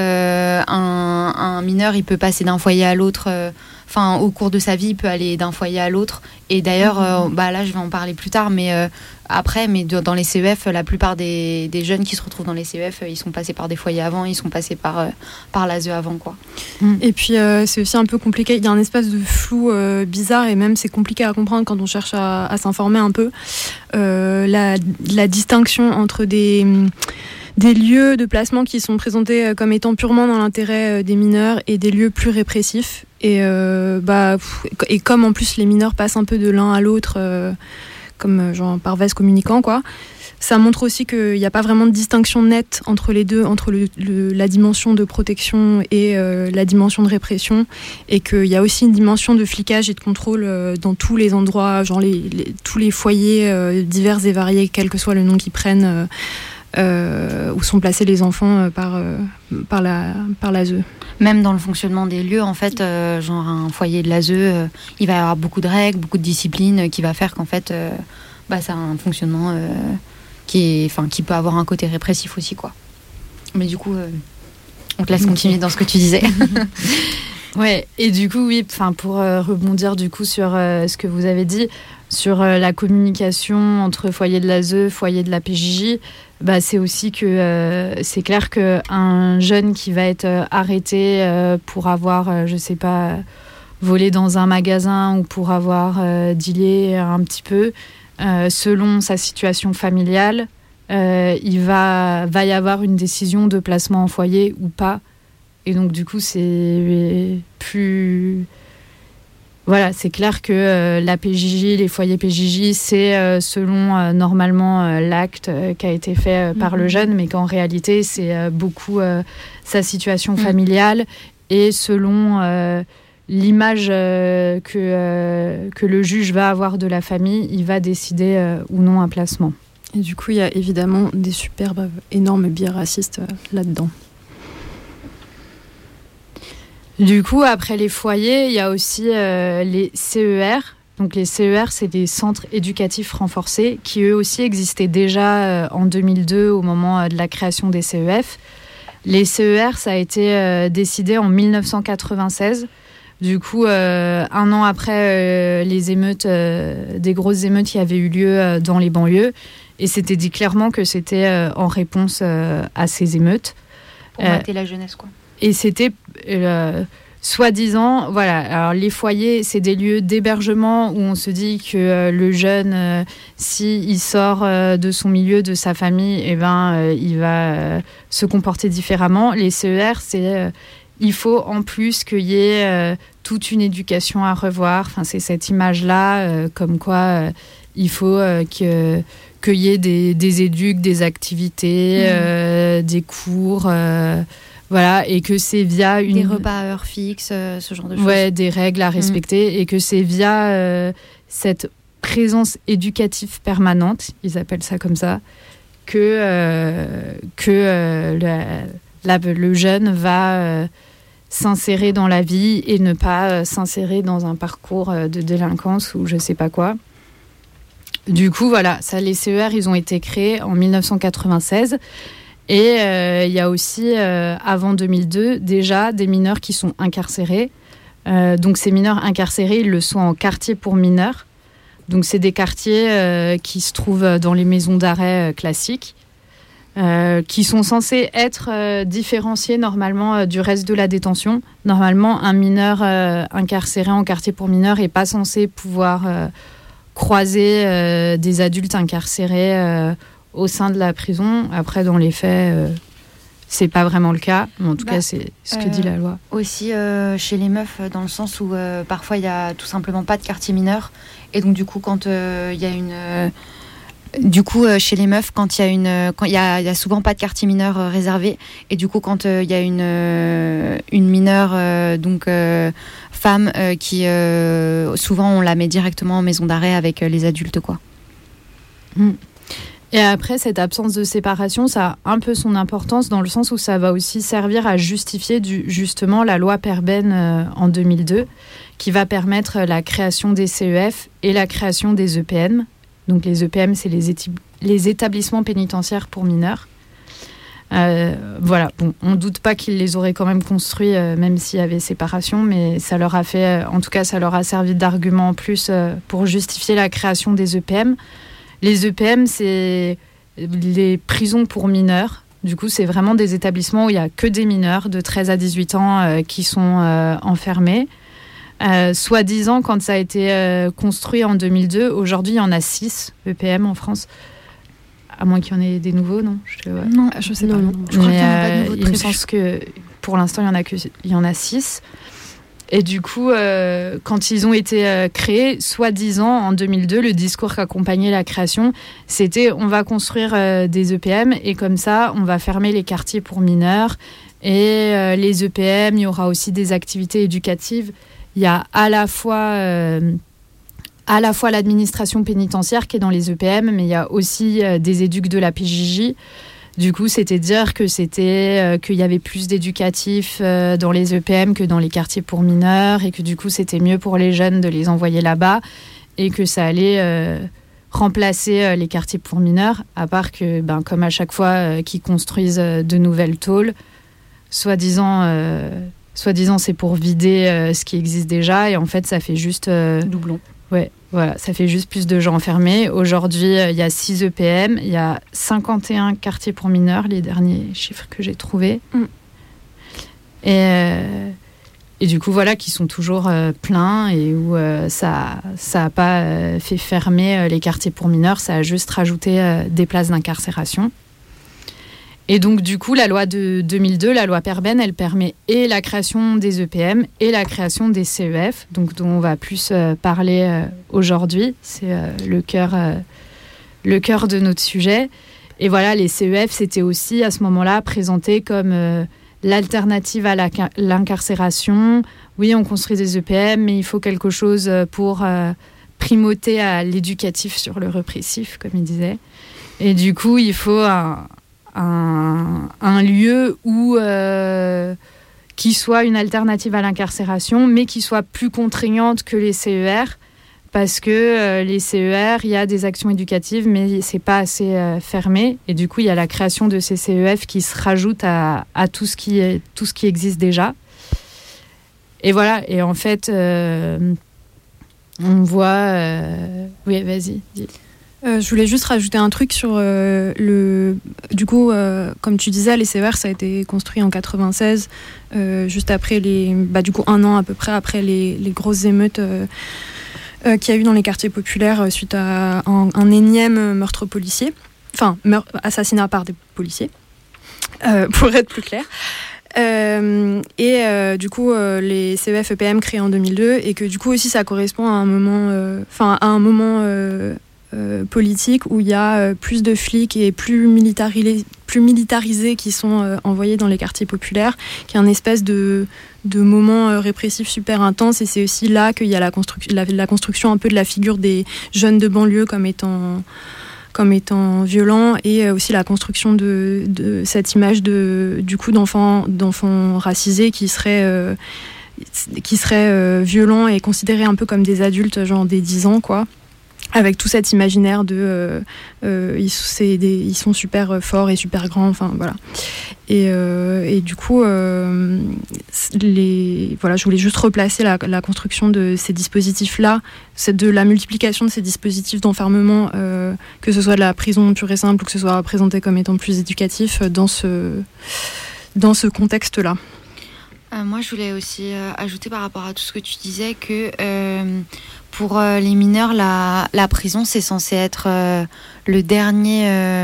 un mineur il peut passer d'un foyer à l'autre au cours de sa vie il peut aller d'un foyer à l'autre et d'ailleurs là je vais en parler plus tard mais dans les CEF la plupart des jeunes qui se retrouvent dans les CEF ils sont passés par des foyers avant, ils sont passés par l'ASE avant quoi. Et puis c'est aussi un peu compliqué, il y a un espace de flou bizarre et même c'est compliqué à comprendre quand on cherche à s'informer un peu la distinction entre des lieux de placement qui sont présentés comme étant purement dans l'intérêt des mineurs et des lieux plus répressifs. Et comme en plus les mineurs passent un peu de l'un à l'autre, comme genre par vase communicant, quoi, ça montre aussi qu'il n'y a pas vraiment de distinction nette entre les deux, entre la dimension de protection et la dimension de répression, et qu'il y a aussi une dimension de flicage et de contrôle dans tous les endroits, genre tous les foyers divers et variés, quel que soit le nom qu'ils prennent. Où sont placés les enfants par l'ASE. Même dans le fonctionnement des lieux, en fait, genre un foyer de l'ASE, il va y avoir beaucoup de règles, beaucoup de disciplines qui va faire qu'en fait, c'est un fonctionnement qui peut avoir un côté répressif aussi, quoi. Mais du coup, on te laisse continuer dans ce que tu disais. Ouais, et du coup, oui, pour rebondir du coup sur ce que vous avez dit, sur la communication entre foyer de l'ASE, foyer de la PJJ, c'est aussi que c'est clair qu'un jeune qui va être arrêté pour avoir, volé dans un magasin ou pour avoir dealé un petit peu, selon sa situation familiale, il va y avoir une décision de placement en foyer ou pas. Et donc, du coup, c'est plus... Voilà, c'est clair que la PJJ, les foyers PJJ, c'est selon normalement l'acte qui a été fait par le jeune, mais qu'en réalité, c'est beaucoup sa situation familiale et selon l'image que le juge va avoir de la famille, il va décider ou non un placement. Et du coup, il y a évidemment des superbes, énormes biais racistes là-dedans. Du coup, après les foyers, il y a aussi les CER. Donc les CER, c'est des centres éducatifs renforcés qui eux aussi existaient déjà en 2002 au moment de la création des CEF. Les CER, ça a été décidé en 1996. Du coup, un an après les émeutes, des grosses émeutes qui avaient eu lieu dans les banlieues. Et c'était dit clairement que c'était en réponse à ces émeutes. Pour mater la jeunesse, quoi. Et c'était soi-disant, voilà, alors les foyers, c'est des lieux d'hébergement où on se dit que le jeune, s'il sort de son milieu, de sa famille, eh ben, il va se comporter différemment. Les CER, c'est... il faut en plus qu'il y ait toute une éducation à revoir. Enfin, c'est cette image-là, comme quoi il faut qu'il y ait des éduques, des activités, des cours... voilà, et que c'est via des repas à heure fixe, ce genre de choses. Ouais, des règles à respecter, et que c'est via cette présence éducative permanente, ils appellent ça comme ça, que le jeune va s'insérer dans la vie et ne pas s'insérer dans un parcours de délinquance ou je sais pas quoi. Du coup, voilà, ça, les CER, ils ont été créés en 1996. Et il y a aussi, avant 2002, déjà des mineurs qui sont incarcérés. Donc ces mineurs incarcérés, ils le sont en quartier pour mineurs. Donc c'est des quartiers qui se trouvent dans les maisons d'arrêt classiques, qui sont censés être différenciés normalement du reste de la détention. Normalement, un mineur incarcéré en quartier pour mineurs n'est pas censé pouvoir croiser des adultes incarcérés au sein de la prison. Après, dans les faits, c'est pas vraiment le cas. Mais en tout cas, c'est ce que dit la loi. Aussi, chez les meufs, dans le sens où parfois, il n'y a tout simplement pas de quartier mineur. Et donc, du coup, quand il y a une... chez les meufs, quand il y a souvent pas de quartier mineur réservé. Et du coup, quand il y a une mineure, femme, qui souvent, on la met directement en maison d'arrêt avec les adultes, quoi. Et après, cette absence de séparation, ça a un peu son importance dans le sens où ça va aussi servir à justifier justement la loi Perben en 2002 qui va permettre la création des CEF et la création des EPM. Donc les EPM, c'est les établissements pénitentiaires pour mineurs. Voilà, bon, on ne doute pas qu'ils les auraient quand même construits même s'il y avait séparation, mais ça leur a fait, en tout cas, ça leur a servi d'argument en plus pour justifier la création des EPM. Les EPM, c'est les prisons pour mineurs. Du coup, c'est vraiment des établissements où il n'y a que des mineurs de 13 à 18 ans qui sont enfermés. Soi-disant, quand ça a été construit en 2002, aujourd'hui, il y en a 6 EPM en France. À moins qu'il y en ait des nouveaux, non ? Non, je sais pas. Non. Je crois qu'il n'y en a pas de nouveaux. Il me semble que pour l'instant, il y en a 6. Et du coup, quand ils ont été créés, soi-disant, en 2002, le discours qui accompagnait la création, c'était on va construire des EPM et comme ça, on va fermer les quartiers pour mineurs. Et les EPM, il y aura aussi des activités éducatives. Il y a à la fois l'administration pénitentiaire qui est dans les EPM, mais il y a aussi des éduques de la PJJ. Du coup, c'était dire que qu'il y avait plus d'éducatifs dans les EPM que dans les quartiers pour mineurs et que du coup, c'était mieux pour les jeunes de les envoyer là-bas et que ça allait remplacer les quartiers pour mineurs, à part que, comme à chaque fois qu'ils construisent de nouvelles tôles, soi-disant, c'est pour vider ce qui existe déjà et en fait, ça fait juste... doublon. Ouais, voilà, ça fait juste plus de gens enfermés. Aujourd'hui, il y a 6 EPM, il y a 51 quartiers pour mineurs, les derniers chiffres que j'ai trouvés. Et du coup, voilà, qui sont toujours pleins et où ça n'a pas fait fermer les quartiers pour mineurs, ça a juste rajouté des places d'incarcération. Et donc, du coup, la loi de 2002, la loi Perben, elle permet et la création des EPM et la création des CEF, donc dont on va plus parler aujourd'hui. C'est le cœur de notre sujet. Et voilà, les CEF, c'était aussi à ce moment-là présenté comme l'alternative à l'incarcération. Oui, on construit des EPM, mais il faut quelque chose pour primauter à l'éducatif sur le répressif, comme il disait. Et du coup, il faut un lieu où qui soit une alternative à l'incarcération, mais qui soit plus contraignante que les CER, parce que les CER, il y a des actions éducatives, mais c'est pas assez fermé. Et du coup, il y a la création de ces CEF qui se rajoutent à tout ce qui existe déjà. Et voilà. Et en fait, on voit... Oui, vas-y, dis. Je voulais juste rajouter un truc sur du coup, comme tu disais, les CER, ça a été construit en 96, juste après du coup, un an à peu près après les grosses émeutes qu'il y a eu dans les quartiers populaires suite à un énième meurtre policier, enfin, assassinat par des policiers, pour être plus clair. Du coup, les CEF EPM créés en 2002, et que du coup aussi ça correspond à un moment, politique où il y a plus de flics et plus militarisés qui sont envoyés dans les quartiers populaires, qui est un espèce de moment répressif super intense. Et c'est aussi là qu'il y a la construction un peu de la figure des jeunes de banlieue comme étant violents, et aussi la construction de cette image du coup d'enfants racisés qui seraient violents et considérés un peu comme des adultes, genre des 10 ans, quoi. Avec tout cet imaginaire de ils sont super forts et super grands, enfin voilà. Et du coup, voilà, je voulais juste replacer la construction de ces dispositifs-là, de la multiplication de ces dispositifs d'enfermement, que ce soit de la prison pure et simple ou que ce soit présenté comme étant plus éducatif dans ce contexte-là. Moi, je voulais aussi ajouter par rapport à tout ce que tu disais que pour les mineurs, la prison, c'est censé être le dernier...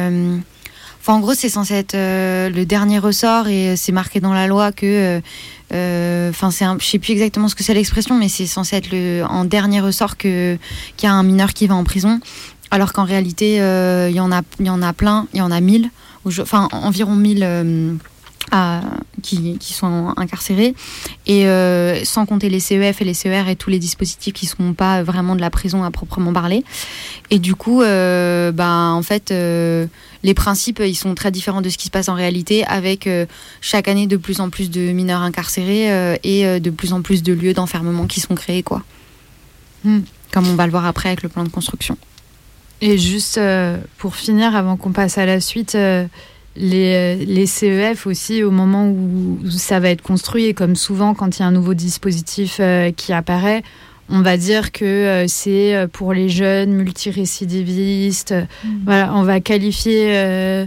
en gros, c'est censé être le dernier ressort, et c'est marqué dans la loi que... je sais plus exactement ce que c'est l'expression, mais c'est censé être en dernier ressort qu'il y a un mineur qui va en prison, alors qu'en réalité, il y en a plein, il y en a 1000, environ 1000... qui sont incarcérés, et sans compter les CEF et les CER et tous les dispositifs qui ne sont pas vraiment de la prison à proprement parler. Et du coup, en fait, les principes, ils sont très différents de ce qui se passe en réalité, avec chaque année de plus en plus de mineurs incarcérés et de plus en plus de lieux d'enfermement qui sont créés, quoi. Comme on va le voir après avec le plan de construction. Et juste pour finir, avant qu'on passe à la suite... Les CEF aussi, au moment où ça va être construit, et comme souvent quand il y a un nouveau dispositif qui apparaît, on va dire que c'est pour les jeunes multirécidivistes. Voilà, on va qualifier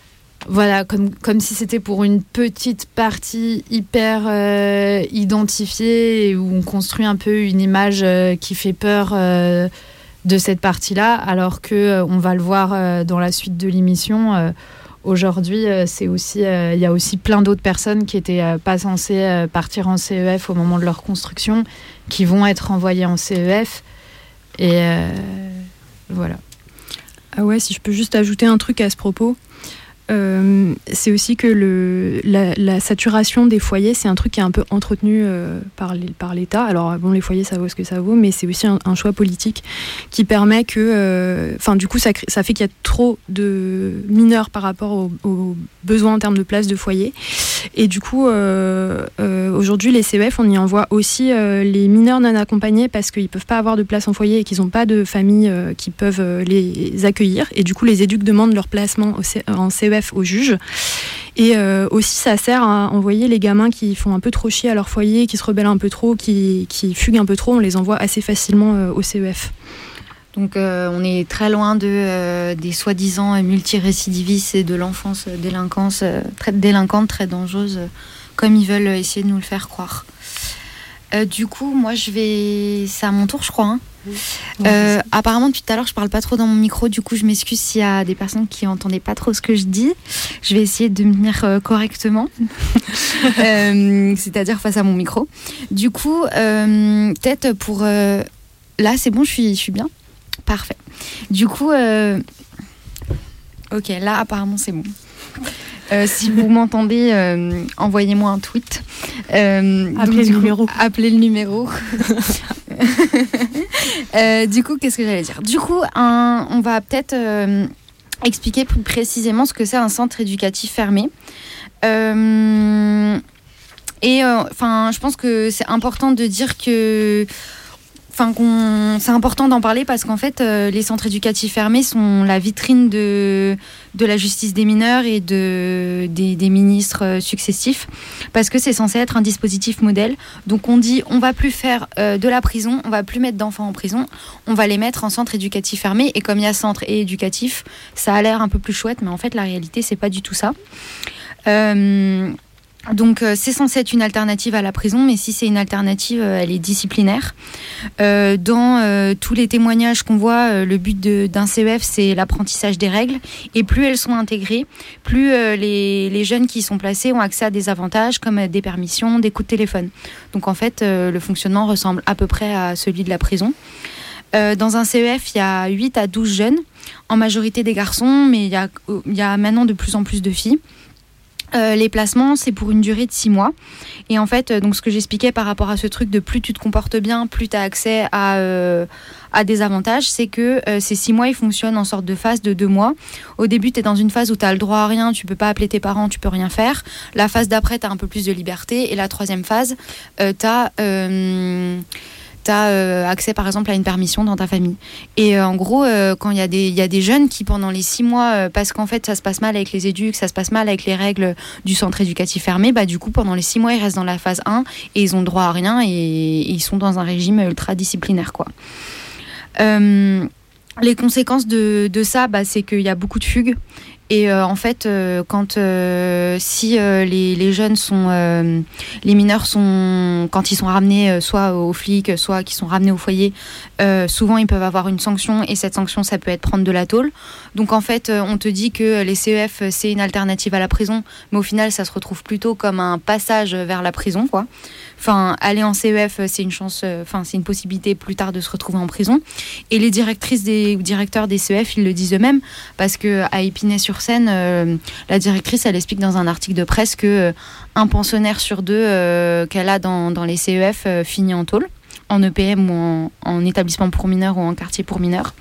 comme si c'était pour une petite partie hyper identifiée, et où on construit un peu une image qui fait peur de cette partie-là, alors que on va le voir dans la suite de l'émission. Aujourd'hui, c'est aussi, il y a aussi plein d'autres personnes qui n'étaient pas censées partir en CEF au moment de leur construction, qui vont être envoyées en CEF. Et voilà. Ah ouais, si je peux juste ajouter un truc à ce propos. C'est aussi que la saturation des foyers, c'est un truc qui est un peu entretenu par l'État. Alors bon, les foyers, ça vaut ce que ça vaut, mais c'est aussi un choix politique qui permet que, du coup, ça fait qu'il y a trop de mineurs par rapport aux besoins en termes de places de foyer. Et du coup, aujourd'hui, les CEF, on y envoie aussi les mineurs non accompagnés, parce qu'ils peuvent pas avoir de place en foyer et qu'ils n'ont pas de famille qui peuvent les accueillir. Et du coup, les éducs demandent leur placement en CEF au juge. Et aussi, ça sert à envoyer les gamins qui font un peu trop chier à leur foyer, qui se rebellent un peu trop, qui fuguent un peu trop. On les envoie assez facilement au CEF. Donc on est très loin des soi-disant multirécidivistes et de l'enfance délinquante très dangereuse, comme ils veulent essayer de nous le faire croire. Du coup, moi, c'est à mon tour, je crois. Hein. Apparemment, depuis tout à l'heure, je parle pas trop dans mon micro. Du coup, je m'excuse s'il y a des personnes qui entendaient pas trop ce que je dis. Je vais essayer de me tenir correctement, c'est-à-dire face à mon micro. Du coup, peut-être pour... Là, c'est bon, je suis bien. Parfait. Du coup... Ok, là, apparemment, c'est bon. Si vous m'entendez, envoyez-moi un tweet. Appelez le numéro. Du coup, qu'est-ce que j'allais dire ? Du coup, on va peut-être expliquer plus précisément ce que c'est un centre éducatif fermé. Je pense que c'est important de dire que... c'est important d'en parler parce qu'en fait, les centres éducatifs fermés sont la vitrine de la justice des mineurs et des ministres successifs, parce que c'est censé être un dispositif modèle. Donc on dit, on va plus faire de la prison, on va plus mettre d'enfants en prison, on va les mettre en centre éducatif fermé. Et comme il y a centre et éducatif, ça a l'air un peu plus chouette, mais en fait, la réalité, c'est pas du tout ça. Donc c'est censé être une alternative à la prison, mais si c'est une alternative, elle est disciplinaire. Dans tous les témoignages qu'on voit, le but d'un CEF, c'est l'apprentissage des règles. Et plus elles sont intégrées, plus les jeunes qui y sont placés ont accès à des avantages comme des permissions, des coups de téléphone. Donc en fait, le fonctionnement ressemble à peu près à celui de la prison. Dans un CEF, il y a 8 à 12 jeunes, en majorité des garçons, mais il y a maintenant de plus en plus de filles. Les placements, c'est pour une durée de 6 mois. Et en fait, donc ce que j'expliquais par rapport à ce truc de plus tu te comportes bien, plus tu as accès à des avantages, c'est que ces 6 mois, ils fonctionnent en sorte de phase de 2 mois. Au début, tu es dans une phase où tu as le droit à rien, tu peux pas appeler tes parents, tu peux rien faire. La phase d'après, tu as un peu plus de liberté. Et la troisième phase, tu as... accès par exemple à une permission dans ta famille. Et en gros, quand il y a des jeunes qui pendant les 6 mois, parce qu'en fait ça se passe mal avec les éducs, ça se passe mal avec les règles du centre éducatif fermé, bah du coup pendant les 6 mois ils restent dans la phase 1 et ils ont le droit à rien et ils sont dans un régime ultra disciplinaire quoi. Les conséquences de ça, bah, c'est qu'il y a beaucoup de fugues. Et en fait, si les jeunes sont, les mineurs sont, quand ils sont ramenés soit aux flics, soit qui sont ramenés au foyer, souvent ils peuvent avoir une sanction et cette sanction, ça peut être prendre de la tôle. Donc en fait, on te dit que les CEF c'est une alternative à la prison, mais au final, ça se retrouve plutôt comme un passage vers la prison, quoi. Enfin, aller en CEF, c'est une chance, c'est une possibilité plus tard de se retrouver en prison. Et les directrices ou directeurs des CEF, ils le disent eux-mêmes, parce que à Épinay-sur-Seine, la directrice, elle explique dans un article de presse que un pensionnaire sur 2 qu'elle a dans les CEF finit en tôle, en EPM ou en établissement pour mineurs ou en quartier pour mineurs.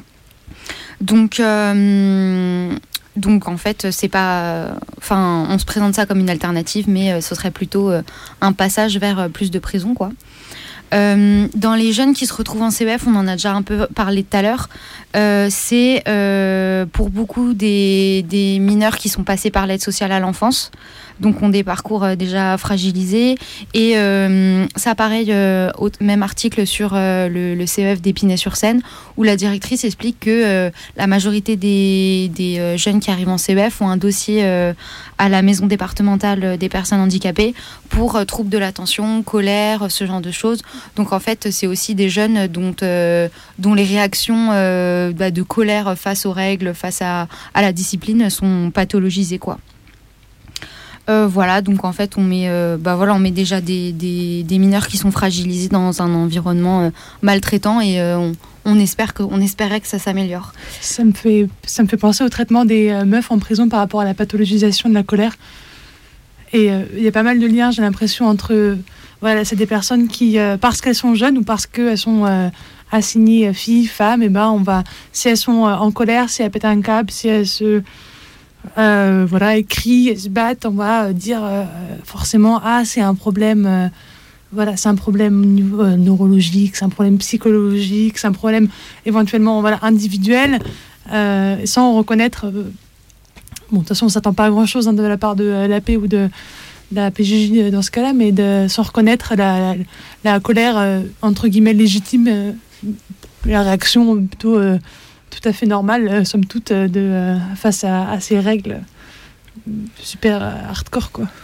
Donc en fait, c'est pas, on se présente ça comme une alternative, mais ce serait plutôt un passage vers plus de prison, quoi. Dans les jeunes qui se retrouvent en CEF, on en a déjà un peu parlé tout à l'heure, c'est pour beaucoup des mineurs qui sont passés par l'aide sociale à l'enfance, donc ont des parcours déjà fragilisés. Et ça, pareil, au même article sur le CEF d'Épinay-sur-Seine, où la directrice explique que la majorité des jeunes qui arrivent en CEF ont un dossier à la maison départementale des personnes handicapées pour troubles de l'attention, colère, ce genre de choses. Donc en fait, c'est aussi des jeunes dont les réactions de colère face aux règles, face à la discipline sont pathologisées, quoi. Voilà, donc en fait on met déjà des mineurs qui sont fragilisés dans un environnement maltraitant et on espérait que ça s'améliore. Ça me fait penser au traitement des meufs en prison par rapport à la pathologisation de la colère. Et il y a pas mal de liens, j'ai l'impression, entre c'est des personnes qui, parce qu'elles sont jeunes ou parce qu'elles sont assignées filles, femmes, et si elles sont en colère, si elles pètent un câble, si elles se elles crient, elles se battent, on va dire forcément c'est un problème, c'est un problème neurologique, c'est un problème psychologique, c'est un problème éventuellement individuel, sans reconnaître. De toute façon, on ne s'attend pas à grand-chose de la part de l'AP ou de la PJJ dans ce cas-là, mais sans reconnaître la colère entre guillemets légitime, la réaction plutôt tout à fait normale, somme toute, face à ces règles super hardcore, quoi.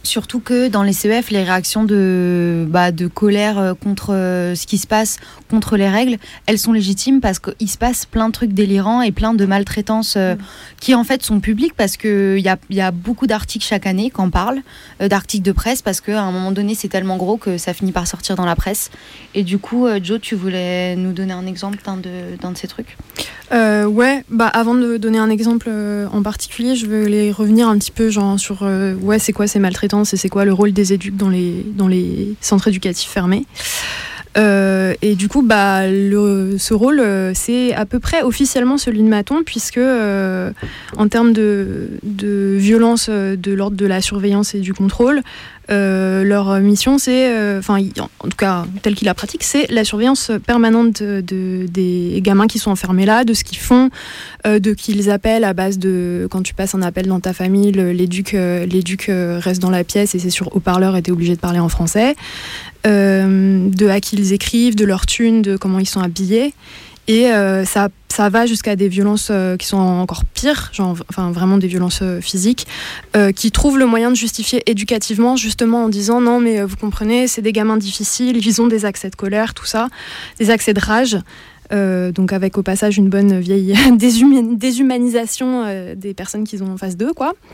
Surtout que dans les CEF, les réactions de colère contre ce qui se passe, contre les règles, elles sont légitimes parce qu'il se passe plein de trucs délirants et plein de maltraitances qui en fait sont publiques parce qu'il y a beaucoup d'articles chaque année qui en parlent, d'articles de presse parce qu'à un moment donné c'est tellement gros que ça finit par sortir dans la presse. Et du coup, Jo, tu voulais nous donner un exemple d'un de ces trucs ? Ouais, avant de donner un exemple en particulier, je veux revenir un petit peu sur c'est quoi ces maltraitances et c'est quoi le rôle des éducs dans les centres éducatifs fermés. Et du coup, ce rôle, c'est à peu près officiellement celui de Mathon, puisque en termes de violence de l'ordre de la surveillance et du contrôle, leur mission, c'est, en tout cas telle qu'il la pratique, c'est la surveillance permanente des gamins qui sont enfermés là, de ce qu'ils font, de qui ils appellent à base de, quand tu passes un appel dans ta famille, l'éduc reste dans la pièce et c'est sur haut-parleur et t'es obligé de parler en français. De à qui ils écrivent, de leur thune, de comment ils sont habillés. Et ça va jusqu'à des violences qui sont encore pires, vraiment des violences physiques, qui trouvent le moyen de justifier éducativement, justement en disant non mais vous comprenez, c'est des gamins difficiles, ils ont des accès de colère, tout ça, des accès de rage. Donc avec au passage une bonne vieille déshumanisation des personnes qu'ils ont en face d'eux, quoi.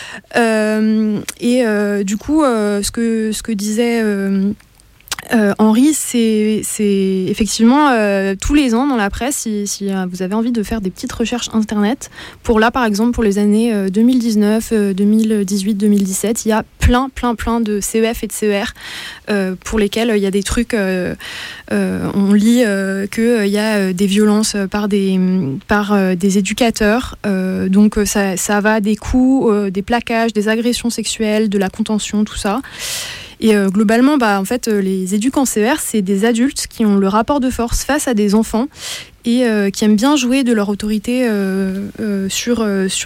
Du coup, ce que disait Henri, c'est effectivement tous les ans dans la presse, si vous avez envie de faire des petites recherches internet, par exemple pour les années 2019, 2018, 2017, il y a plein de CEF et de CER pour lesquels il y a des trucs, on lit qu'il y a des violences par des éducateurs, donc ça va des coups, des plaquages, des agressions sexuelles, de la contention, tout ça. Et globalement, en fait, les éducs en CER, c'est des adultes qui ont le rapport de force face à des enfants et qui aiment bien jouer de leur autorité sur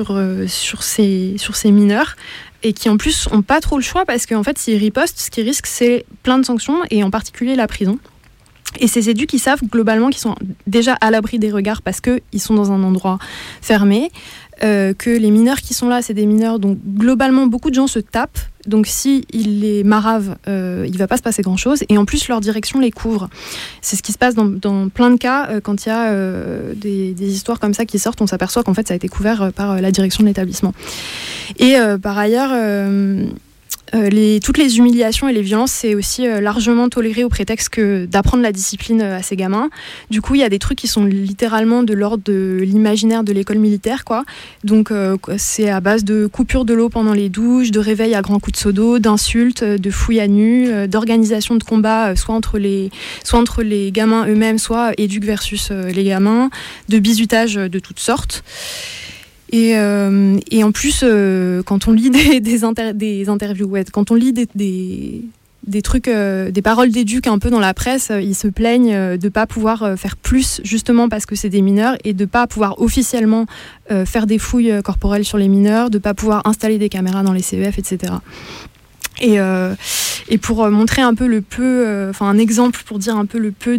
ces mineurs et qui en plus ont pas trop le choix parce qu'en fait, s'ils ripostent, ce qu'ils risquent, c'est plein de sanctions et en particulier la prison. Et ces éducs, ils savent globalement qu'ils sont déjà à l'abri des regards parce qu'ils sont dans un endroit fermé, que les mineurs qui sont là, c'est des mineurs dont globalement beaucoup de gens se tapent. Donc si ils les maravent, il va pas se passer grand-chose. Et en plus, leur direction les couvre. C'est ce qui se passe dans plein de cas. Quand il y a des histoires comme ça qui sortent, on s'aperçoit qu'en fait, ça a été couvert par la direction de l'établissement. Et par ailleurs... toutes les humiliations et les violences, c'est aussi largement toléré au prétexte d'apprendre la discipline à ces gamins. Du coup, il y a des trucs qui sont littéralement de l'ordre de l'imaginaire de l'école militaire, quoi. Donc, c'est à base de coupure de l'eau pendant les douches, de réveil à grands coups de seau d'eau, d'insultes, de fouilles à nu, d'organisation de combats, soit entre les gamins eux-mêmes, soit éduc versus les gamins, de bizutage de toutes sortes. Et en plus, quand on lit des interviews, quand on lit des trucs, des paroles d'éduc un peu dans la presse, ils se plaignent de pas pouvoir faire plus, justement parce que c'est des mineurs, et de pas pouvoir officiellement faire des fouilles corporelles sur les mineurs, de pas pouvoir installer des caméras dans les CEF, etc. Et pour montrer un peu le peu, un exemple pour dire un peu le peu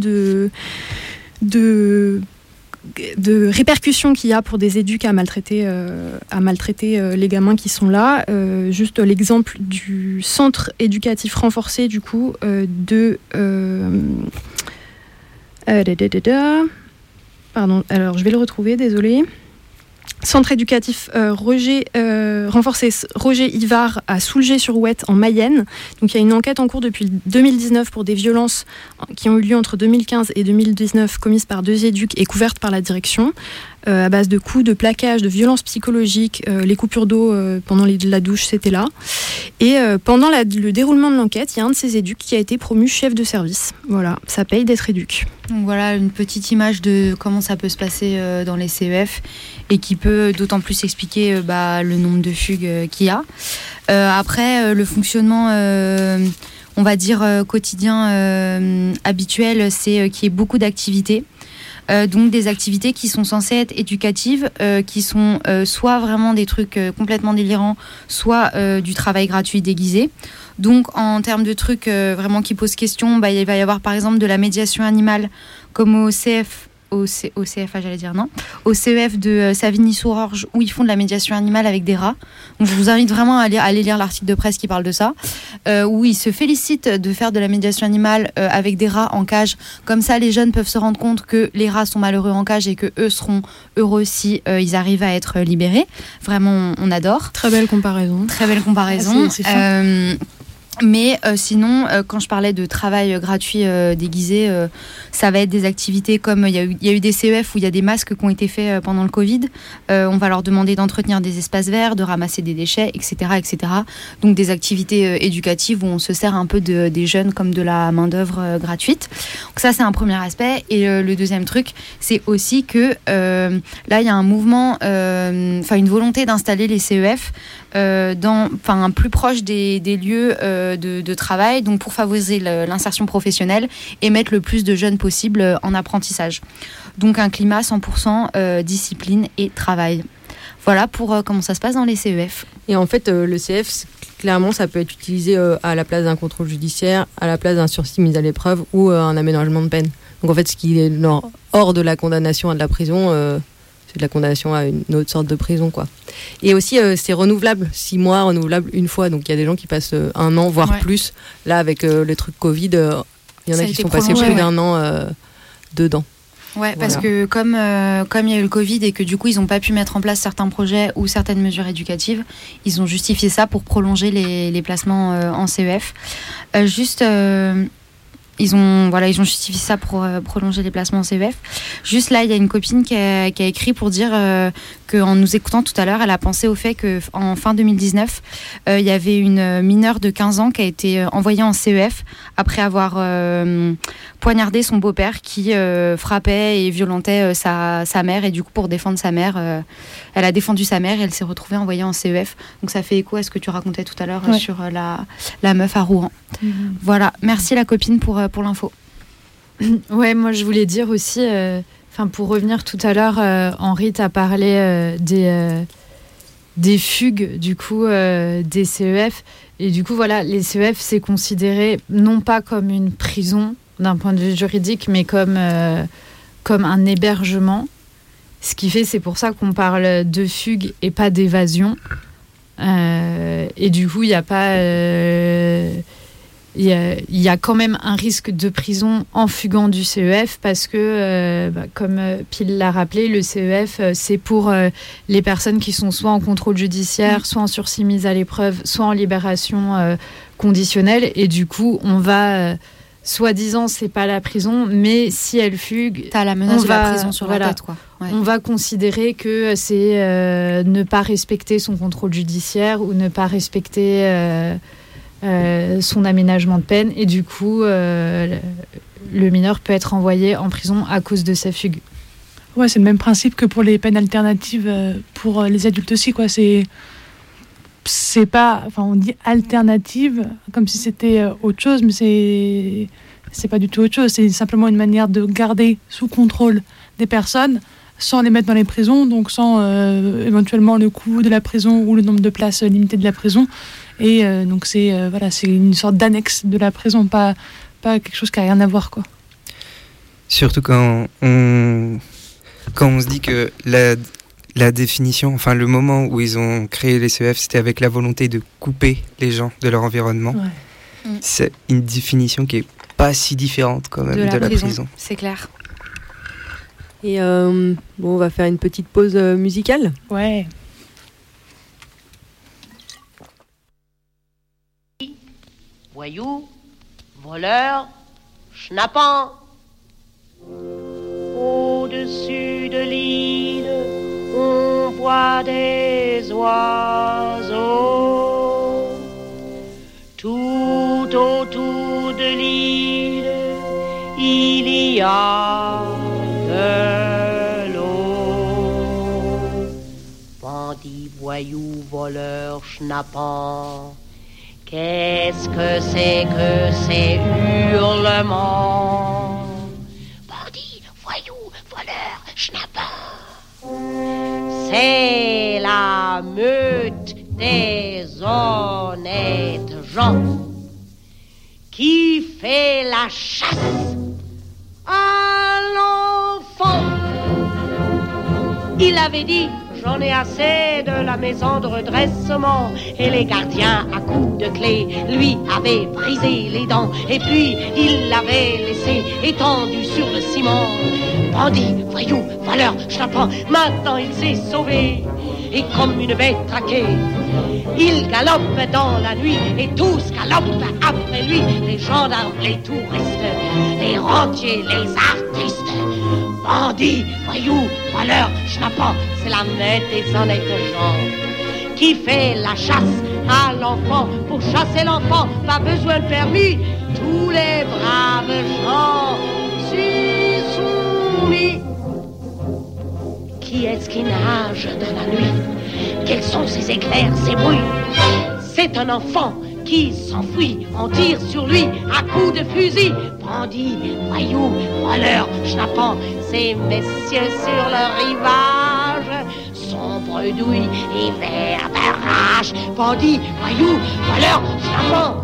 de répercussions qu'il y a pour des éducs à maltraiter les gamins qui sont là. Juste l'exemple du centre éducatif renforcé du coup pardon, alors je vais le retrouver, désolée. Centre éducatif renforcé Roger Ivard à Soulgé-sur-Ouette en Mayenne. Donc il y a une enquête en cours depuis 2019 pour des violences qui ont eu lieu entre 2015 et 2019 commises par 2 éducs et couvertes par la direction. À base de coups, de plaquages, de violences psychologiques, les coupures d'eau pendant la douche, c'était là. Et pendant le déroulement de l'enquête, il y a un de ces éducs qui a été promu chef de service. Voilà, ça paye d'être éduc. Donc voilà, une petite image de comment ça peut se passer dans les CEF et qui peut d'autant plus expliquer le nombre de fugues qu'il y a. Après, le fonctionnement... on va dire quotidien habituel, c'est qu'il y ait beaucoup d'activités. Donc des activités qui sont censées être éducatives, qui sont soit vraiment des trucs complètement délirants, soit du travail gratuit déguisé. Donc en termes de trucs vraiment qui posent question, il va y avoir par exemple de la médiation animale, comme au CFA, j'allais dire non, au CEF de Savigny-sous-Orge, où ils font de la médiation animale avec des rats. Donc, je vous invite vraiment à aller lire l'article de presse qui parle de ça, où ils se félicitent de faire de la médiation animale avec des rats en cage. Comme ça, les jeunes peuvent se rendre compte que les rats sont malheureux en cage et que eux seront heureux si ils arrivent à être libérés. Vraiment, on adore. Très belle comparaison. Très belle comparaison. C'est fin. Mais sinon, quand je parlais de travail gratuit déguisé, ça va être des activités comme il y a eu des CEF où il y a des masques qui ont été faits pendant le Covid. On va leur demander d'entretenir des espaces verts, de ramasser des déchets, etc., etc. Donc des activités éducatives où on se sert un peu des jeunes comme de la main-d'œuvre gratuite. Donc ça, c'est un premier aspect. Et le deuxième truc, c'est aussi que là, il y a un mouvement, une volonté d'installer les CEF plus proche des lieux de travail, donc pour favoriser l'insertion professionnelle et mettre le plus de jeunes possible en apprentissage. Donc un climat 100% discipline et travail. Voilà pour comment ça se passe dans les CEF. Et en fait, le CEF, clairement, ça peut être utilisé à la place d'un contrôle judiciaire, à la place d'un sursis mis à l'épreuve ou un aménagement de peine. Donc en fait, ce qui est hors de la condamnation à de la prison, c'est de la condamnation à une autre sorte de prison, quoi. Et aussi, c'est renouvelable, 6 mois, renouvelable une fois. Donc il y a des gens qui passent 1 an, voire plus. Là, avec les trucs Covid, il y en a qui sont passés plus d'1 an dedans. Ouais, parce que comme il y a eu le Covid et que du coup ils n'ont pas pu mettre en place certains projets ou certaines mesures éducatives, ils ont justifié ça pour prolonger les placements en CEF. Ils ont justifié ça pour prolonger les placements en CEF. Juste là, il y a une copine qui a écrit pour dire qu'en nous écoutant tout à l'heure, elle a pensé au fait qu'en fin 2019, il y avait une mineure de 15 ans qui a été envoyée en CEF après avoir poignardé son beau-père qui frappait et violentait sa mère. Et du coup, pour défendre sa mère, elle a défendu sa mère et elle s'est retrouvée envoyée en CEF. Donc ça fait écho à ce que tu racontais tout à l'heure sur la meuf à Rouen. Voilà, merci la copine pour l'info. Ouais, moi je voulais dire aussi, pour revenir tout à l'heure, Henri t'a parlé des fugues du coup des CEF. Et du coup, voilà, les CEF, c'est considéré non pas comme une prison d'un point de vue juridique, mais comme un hébergement. Ce qui fait, c'est pour ça qu'on parle de fugue et pas d'évasion. Et du coup, il n'y a pas... Il y a quand même un risque de prison en fuguant du CEF parce que, comme Pile l'a rappelé, le CEF, c'est pour les personnes qui sont soit en contrôle judiciaire, soit en sursis mis à l'épreuve, soit en libération conditionnelle. Et du coup, on va... soi-disant, c'est pas la prison, mais si elle fugue... T'as la menace de la prison sur la tête, quoi. Ouais. On va considérer que c'est ne pas respecter son contrôle judiciaire ou ne pas respecter... son aménagement de peine et du coup le mineur peut être envoyé en prison à cause de sa fugue. Ouais, c'est le même principe que pour les peines alternatives pour les adultes aussi, quoi. C'est pas, on dit alternative comme si c'était autre chose, mais c'est pas du tout autre chose. C'est simplement une manière de garder sous contrôle des personnes sans les mettre dans les prisons, donc sans éventuellement le coût de la prison ou le nombre de places limitées de la prison. Et donc c'est une sorte d'annexe de la prison, pas quelque chose qui n'a rien à voir, quoi. Surtout quand on se dit que la définition, le moment où ils ont créé les CEF, c'était avec la volonté de couper les gens de leur environnement. Ouais. C'est une définition qui est pas si différente quand même de la prison. C'est clair. Et on va faire une petite pause musicale. Ouais. Voyous, voleurs, schnappants. Au-dessus de l'île, on voit des oiseaux. Tout autour de l'île, il y a de l'eau. Bandits, voyous, voleurs, schnappants. Qu'est-ce que ces hurlements? Bandits, voyous, voleurs, schnappants. C'est la meute des honnêtes gens qui fait la chasse à l'enfant. Il avait dit, j'en ai assez de la maison de redressement. Et les gardiens à coups de clé lui avaient brisé les dents. Et puis il l'avait laissé étendu sur le ciment. Bandit, voyou, voleur, schnappan, maintenant il s'est sauvé. Et comme une bête traquée, il galope dans la nuit et tous galopent après lui. Les gendarmes, les touristes, les rentiers, les artistes. Bandits, voyous, voleurs, schnappan, c'est la nette des honnêtes gens qui fait la chasse à l'enfant. Pour chasser l'enfant, pas besoin de permis. Tous les braves gens s'y sont mis. Qui est-ce qui nage dans la nuit? Quels sont ces éclairs, ces bruits? C'est un enfant qui s'enfuit. On tire sur lui à coups de fusil. Bandits, voyous, voleurs, schnappants, ces messieurs sur le rivage sont bredouilles et verts de rage. Bandits, voyous, voleurs, schnappants,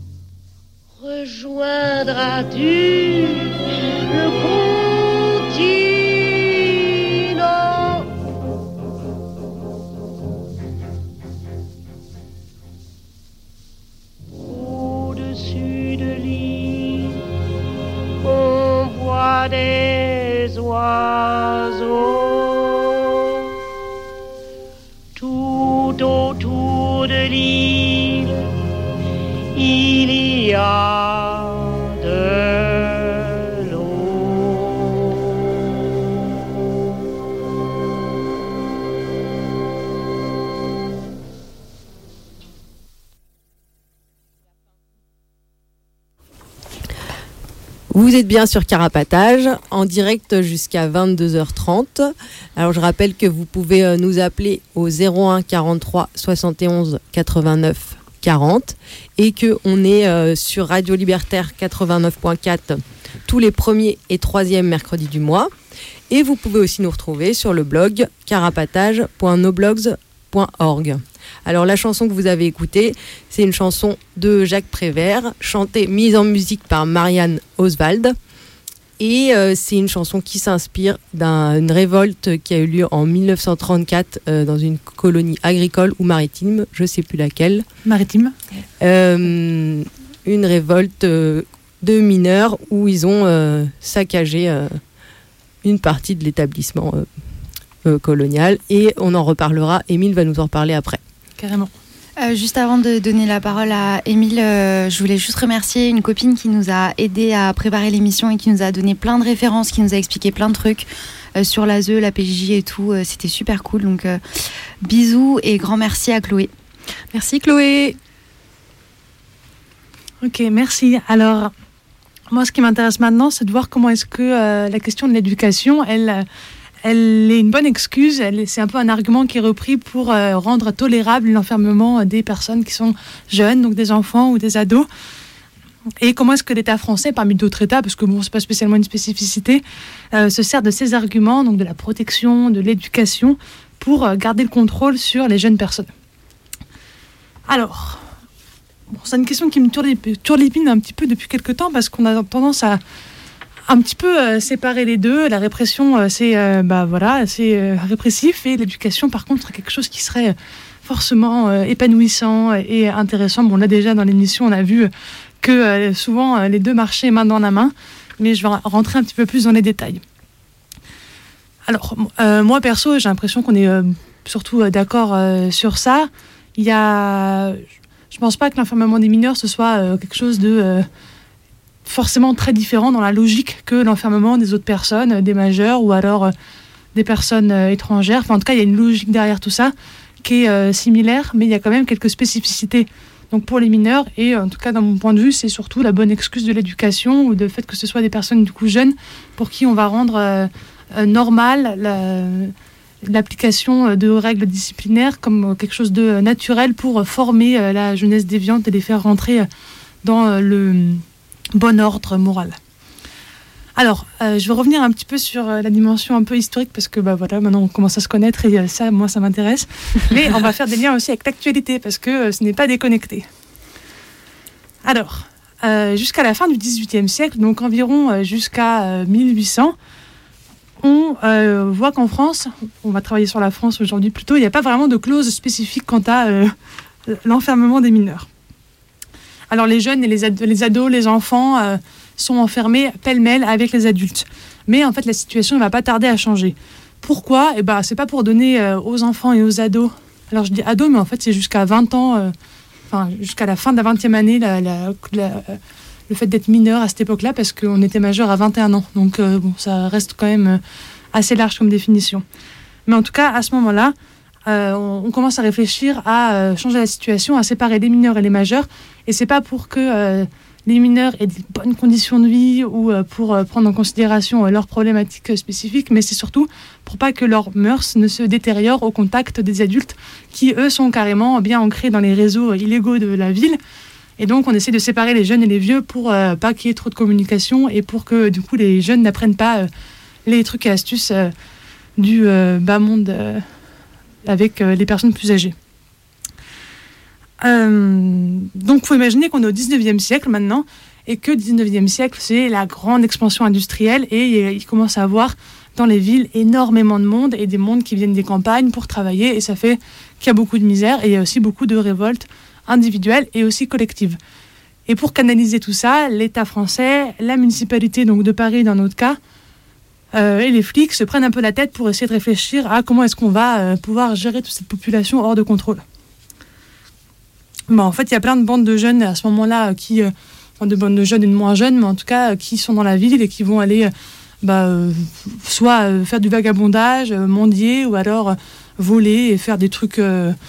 rejoindras-tu le continent? Au-dessus de l'île, on voit des oiseaux. Tout autour de l'île, il y a de l'eau. Vous êtes bien sur Carapatage, en direct jusqu'à 22h30. Alors je rappelle que vous pouvez nous appeler au 01 43 71 89 40 et qu'on est sur Radio Libertaire 89.4 tous les premiers et troisièmes mercredis du mois. Et vous pouvez aussi nous retrouver sur le blog carapatage.noblogs.org. Alors la chanson que vous avez écoutée, c'est une chanson de Jacques Prévert, mise en musique par Marianne Oswald. Et c'est une chanson qui s'inspire d'une révolte qui a eu lieu en 1934 dans une colonie agricole ou maritime, je ne sais plus laquelle. Maritime. Une révolte de mineurs où ils ont saccagé une partie de l'établissement colonial. Et on en reparlera, Émile va nous en parler après. Carrément. Juste avant de donner la parole à Émile, je voulais juste remercier une copine qui nous a aidé à préparer l'émission et qui nous a donné plein de références, qui nous a expliqué plein de trucs sur l'ASE, la PJJ et tout. C'était super cool. Donc bisous et grand merci à Chloé. Merci Chloé. Ok, merci. Alors, moi ce qui m'intéresse maintenant, c'est de voir comment est-ce que la question de l'éducation, elle est une bonne excuse, c'est un peu un argument qui est repris pour rendre tolérable l'enfermement des personnes qui sont jeunes, donc des enfants ou des ados. Et comment est-ce que l'État français, parmi d'autres États, parce que bon, c'est pas spécialement une spécificité, se sert de ces arguments, donc de la protection, de l'éducation, pour garder le contrôle sur les jeunes personnes. Alors, bon, c'est une question qui me turlupine un petit peu depuis quelques temps, parce qu'on a tendance à un petit peu séparer les deux. La répression, c'est répressif, et l'éducation, par contre, quelque chose qui serait forcément épanouissant et intéressant. Bon, là déjà dans l'émission, on a vu que souvent les deux marchaient main dans la main, mais je vais rentrer un petit peu plus dans les détails. Alors, moi perso, j'ai l'impression qu'on est surtout d'accord sur ça. Je pense pas que l'enfermement des mineurs ce soit quelque chose de forcément très différent dans la logique que l'enfermement des autres personnes, des majeurs ou alors des personnes étrangères. Enfin, en tout cas, il y a une logique derrière tout ça qui est similaire, mais il y a quand même quelques spécificités. Donc pour les mineurs, et en tout cas dans mon point de vue, c'est surtout la bonne excuse de l'éducation ou de fait que ce soit des personnes du coup jeunes pour qui on va rendre normal l'application de règles disciplinaires comme quelque chose de naturel pour former la jeunesse déviante et les faire rentrer dans le bon ordre moral. Alors, je vais revenir un petit peu sur la dimension un peu historique parce que voilà, maintenant on commence à se connaître et ça, moi, ça m'intéresse. Mais on va faire des liens aussi avec l'actualité parce que ce n'est pas déconnecté. Alors, jusqu'à la fin du XVIIIe siècle, donc environ jusqu'à 1800, on voit qu'en France, on va travailler sur la France aujourd'hui plutôt, il n'y a pas vraiment de clause spécifique quant à l'enfermement des mineurs. Alors les jeunes et les ados, les enfants sont enfermés pêle-mêle avec les adultes. Mais en fait, la situation ne va pas tarder à changer. Pourquoi ? C'est pas pour donner aux enfants et aux ados, alors je dis ados, mais en fait c'est jusqu'à 20 ans, jusqu'à la fin de la 20e année, le fait d'être mineur à cette époque-là, parce qu'on était majeur à 21 ans. Donc ça reste quand même assez large comme définition. Mais en tout cas, à ce moment-là, on commence à réfléchir à changer la situation, à séparer les mineurs et les majeurs. Et c'est pas pour que les mineurs aient des bonnes conditions de vie ou pour prendre en considération leurs problématiques spécifiques, mais c'est surtout pour pas que leurs mœurs ne se détériorent au contact des adultes qui, eux, sont carrément bien ancrés dans les réseaux illégaux de la ville. Et donc, on essaie de séparer les jeunes et les vieux pour pas qu'il y ait trop de communication et pour que, du coup, les jeunes n'apprennent pas les trucs et astuces du bas monde avec les personnes plus âgées. Donc, il faut imaginer qu'on est au 19e siècle maintenant et que le 19e siècle, c'est la grande expansion industrielle et il commence à avoir dans les villes énormément de monde et des mondes qui viennent des campagnes pour travailler et ça fait qu'il y a beaucoup de misère et il y a aussi beaucoup de révoltes individuelles et aussi collectives. Et pour canaliser tout ça, l'État français, la municipalité donc de Paris dans notre cas, et les flics se prennent un peu la tête pour essayer de réfléchir à comment est-ce qu'on va pouvoir gérer toute cette population hors de contrôle. En fait, il y a plein de bandes de jeunes à ce moment-là, de bandes de jeunes et de moins jeunes, mais en tout cas qui sont dans la ville et qui vont aller soit faire du vagabondage, mendier, ou alors voler et faire des trucs,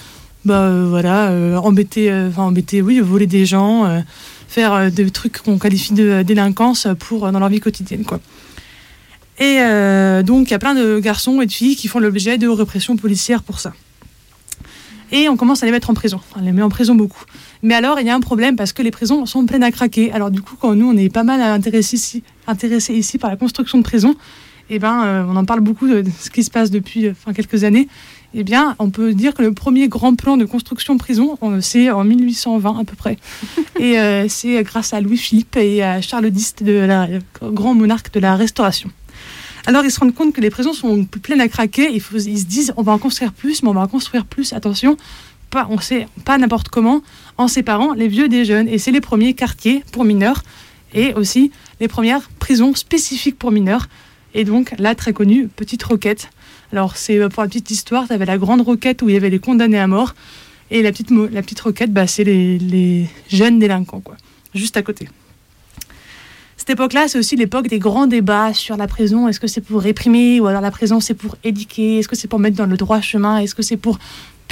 voler des gens, faire des trucs qu'on qualifie de délinquance dans leur vie quotidienne, quoi. Et donc, il y a plein de garçons et de filles qui font l'objet de répression policière pour ça. Et on commence à les mettre en prison. On les met en prison beaucoup. Mais alors, il y a un problème parce que les prisons sont pleines à craquer. Alors du coup, quand nous, on est pas mal intéressés ici par la construction de prisons, on en parle beaucoup de ce qui se passe depuis quelques années. On peut dire que le premier grand plan de construction de prison, c'est en 1820 à peu près. Et c'est grâce à Louis-Philippe et à Charles X, le grand monarque de la Restauration. Alors, ils se rendent compte que les prisons sont pleines à craquer. Ils se disent, on va en construire plus, mais on va en construire plus, attention, pas n'importe comment, en séparant les vieux des jeunes. Et c'est les premiers quartiers pour mineurs et aussi les premières prisons spécifiques pour mineurs. Et donc, là, très connue, Petite Roquette. Alors, c'est pour la petite histoire, tu avais la Grande Roquette où il y avait les condamnés à mort. Et la petite Roquette, c'est les jeunes délinquants, quoi, juste à côté. Cette époque-là, c'est aussi l'époque des grands débats sur la prison. Est-ce que c'est pour réprimer ou alors la prison, c'est pour éduquer ? Est-ce que c'est pour mettre dans le droit chemin ? Est-ce que c'est pour punir ?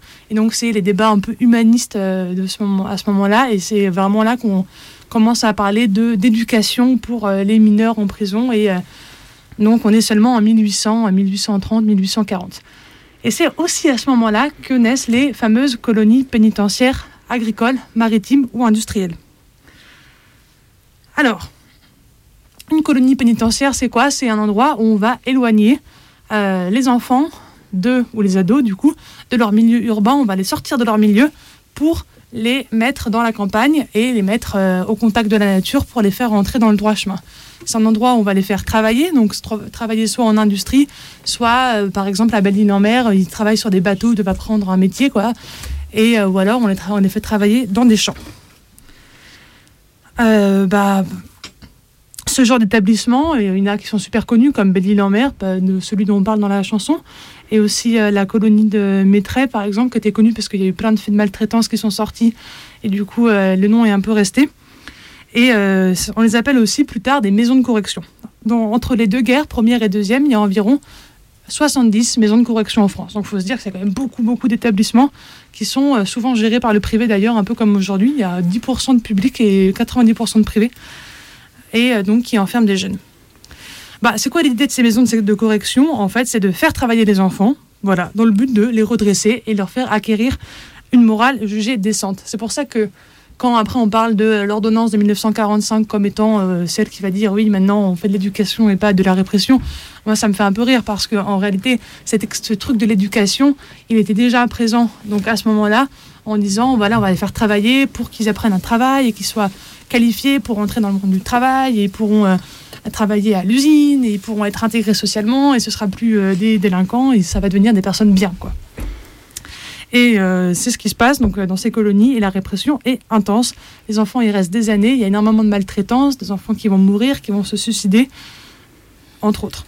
Et donc, c'est les débats un peu humanistes à ce moment-là. Et c'est vraiment là qu'on commence à parler d'éducation pour les mineurs en prison. Et donc, on est seulement en 1800, 1830, 1840. Et c'est aussi à ce moment-là que naissent les fameuses colonies pénitentiaires agricoles, maritimes ou industrielles. Alors, une colonie pénitentiaire, c'est quoi ? C'est un endroit où on va éloigner les enfants ou les ados, du coup, de leur milieu urbain. On va les sortir de leur milieu pour les mettre dans la campagne et les mettre au contact de la nature pour les faire rentrer dans le droit chemin. C'est un endroit où on va les faire travailler, donc travailler soit en industrie, soit, par exemple, à Belle-Île-en-Mer, ils travaillent sur des bateaux, ils doivent apprendre un métier, quoi. Et ou alors, on les fait travailler dans des champs. Ce genre d'établissement, il y en a qui sont super connus comme Belle-Île-en-Mer, celui dont on parle dans la chanson, et aussi la colonie de Mettray par exemple, qui était connue parce qu'il y a eu plein de faits de maltraitance qui sont sortis et du coup le nom est un peu resté. Et on les appelle aussi plus tard des maisons de correction. Entre les deux guerres, première et deuxième, il y a environ 70 maisons de correction en France. Donc il faut se dire que c'est quand même beaucoup d'établissements qui sont souvent gérés par le privé d'ailleurs, un peu comme aujourd'hui. Il y a 10% de public et 90% de privé. Et donc qui enferment des jeunes. C'est quoi l'idée de ces maisons de correction ? En fait, c'est de faire travailler les enfants, voilà, dans le but de les redresser et leur faire acquérir une morale jugée décente. C'est pour ça que quand après on parle de l'ordonnance de 1945 comme étant celle qui va dire oui, maintenant on fait de l'éducation et pas de la répression, moi ça me fait un peu rire parce qu'en réalité ce truc de l'éducation il était déjà présent donc à ce moment-là en disant voilà, on va les faire travailler pour qu'ils apprennent un travail et qu'ils soient qualifiés pour entrer dans le monde du travail et pourront travailler à l'usine, et ils pourront être intégrés socialement, et ce sera plus des délinquants, et ça va devenir des personnes bien, quoi. Et c'est ce qui se passe donc, dans ces colonies, et la répression est intense. Les enfants y restent des années, il y a énormément de maltraitance, des enfants qui vont mourir, qui vont se suicider, entre autres.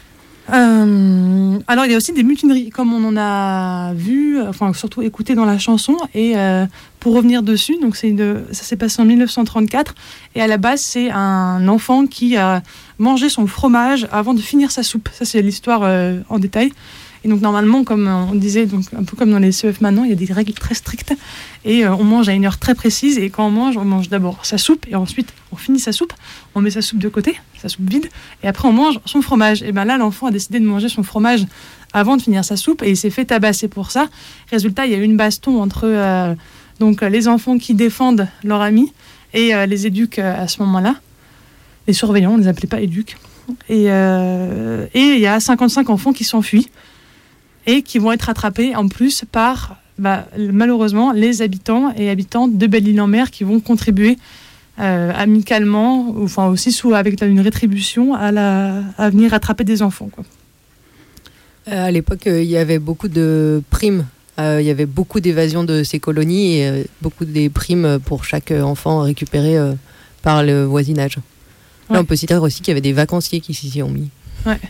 Alors il y a aussi des mutineries, comme on en a vu, enfin surtout écouté dans la chanson, et pour revenir dessus, donc ça s'est passé en 1934, et à la base c'est un enfant qui a mangé son fromage avant de finir sa soupe. Ça c'est l'histoire en détail. Et donc normalement, comme on disait, donc un peu comme dans les CEF maintenant, il y a des règles très strictes, et on mange à une heure très précise, et quand on mange d'abord sa soupe, et ensuite on finit sa soupe, on met sa soupe de côté, sa soupe vide, et après on mange son fromage. Et bien là, l'enfant a décidé de manger son fromage avant de finir sa soupe, et il s'est fait tabasser pour ça. Résultat, il y a eu une baston entre donc, les enfants qui défendent leur ami et les éduques à ce moment-là. Les surveillants, on ne les appelait pas éduques. Et il y a 55 enfants qui s'enfuient, et qui vont être rattrapés en plus par, malheureusement, les habitants et habitantes de Belle-Île-en-Mer, qui vont contribuer amicalement, enfin aussi avec une rétribution, à venir rattraper des enfants, quoi. À l'époque, il y avait beaucoup de primes. Il y avait beaucoup d'évasion de ces colonies, et beaucoup des primes pour chaque enfant récupéré par le voisinage. Ouais. Là, on peut citer aussi qu'il y avait des vacanciers qui s'y ont mis. Ouais.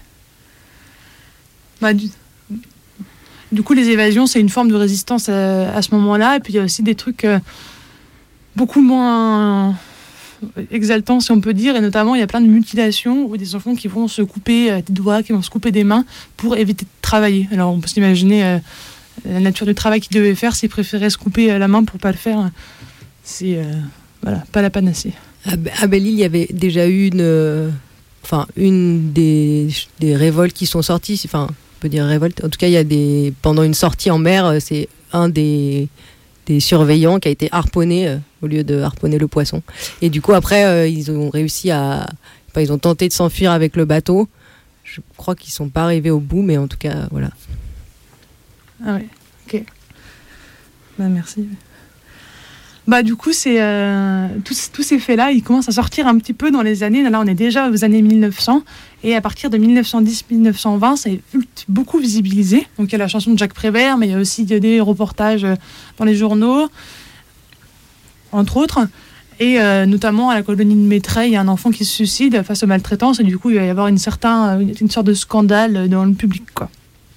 Du coup, les évasions, c'est une forme de résistance à ce moment-là. Et puis, il y a aussi des trucs beaucoup moins exaltants, si on peut dire. Et notamment, il y a plein de mutilations où des enfants qui vont se couper des doigts, qui vont se couper des mains pour éviter de travailler. Alors, on peut s'imaginer la nature du travail qu'ils devaient faire s'ils préféraient se couper la main pour ne pas le faire. C'est pas la panacée. À Belle-Île, il y avait déjà eu une des révoltes qui sont sorties. Enfin, on peut dire révolte. En tout cas, il y a pendant une sortie en mer, c'est un des surveillants qui a été harponné au lieu de harponner le poisson. Et du coup, après, ils ont réussi ils ont tenté de s'enfuir avec le bateau. Je crois qu'ils ne sont pas arrivés au bout, mais en tout cas, voilà. Ah ouais, ok. Merci. Du coup, c'est tous ces faits-là, ils commencent à sortir un petit peu dans les années. Là, on est déjà aux années 1900. Et à partir de 1910-1920, ça est beaucoup visibilisé. Donc, il y a la chanson de Jacques Prévert, mais il y a aussi des reportages dans les journaux, entre autres. Et notamment, à la colonie de Mettray, il y a un enfant qui se suicide face aux maltraitances. Et du coup, il va y avoir une sorte de scandale dans le public, quoi.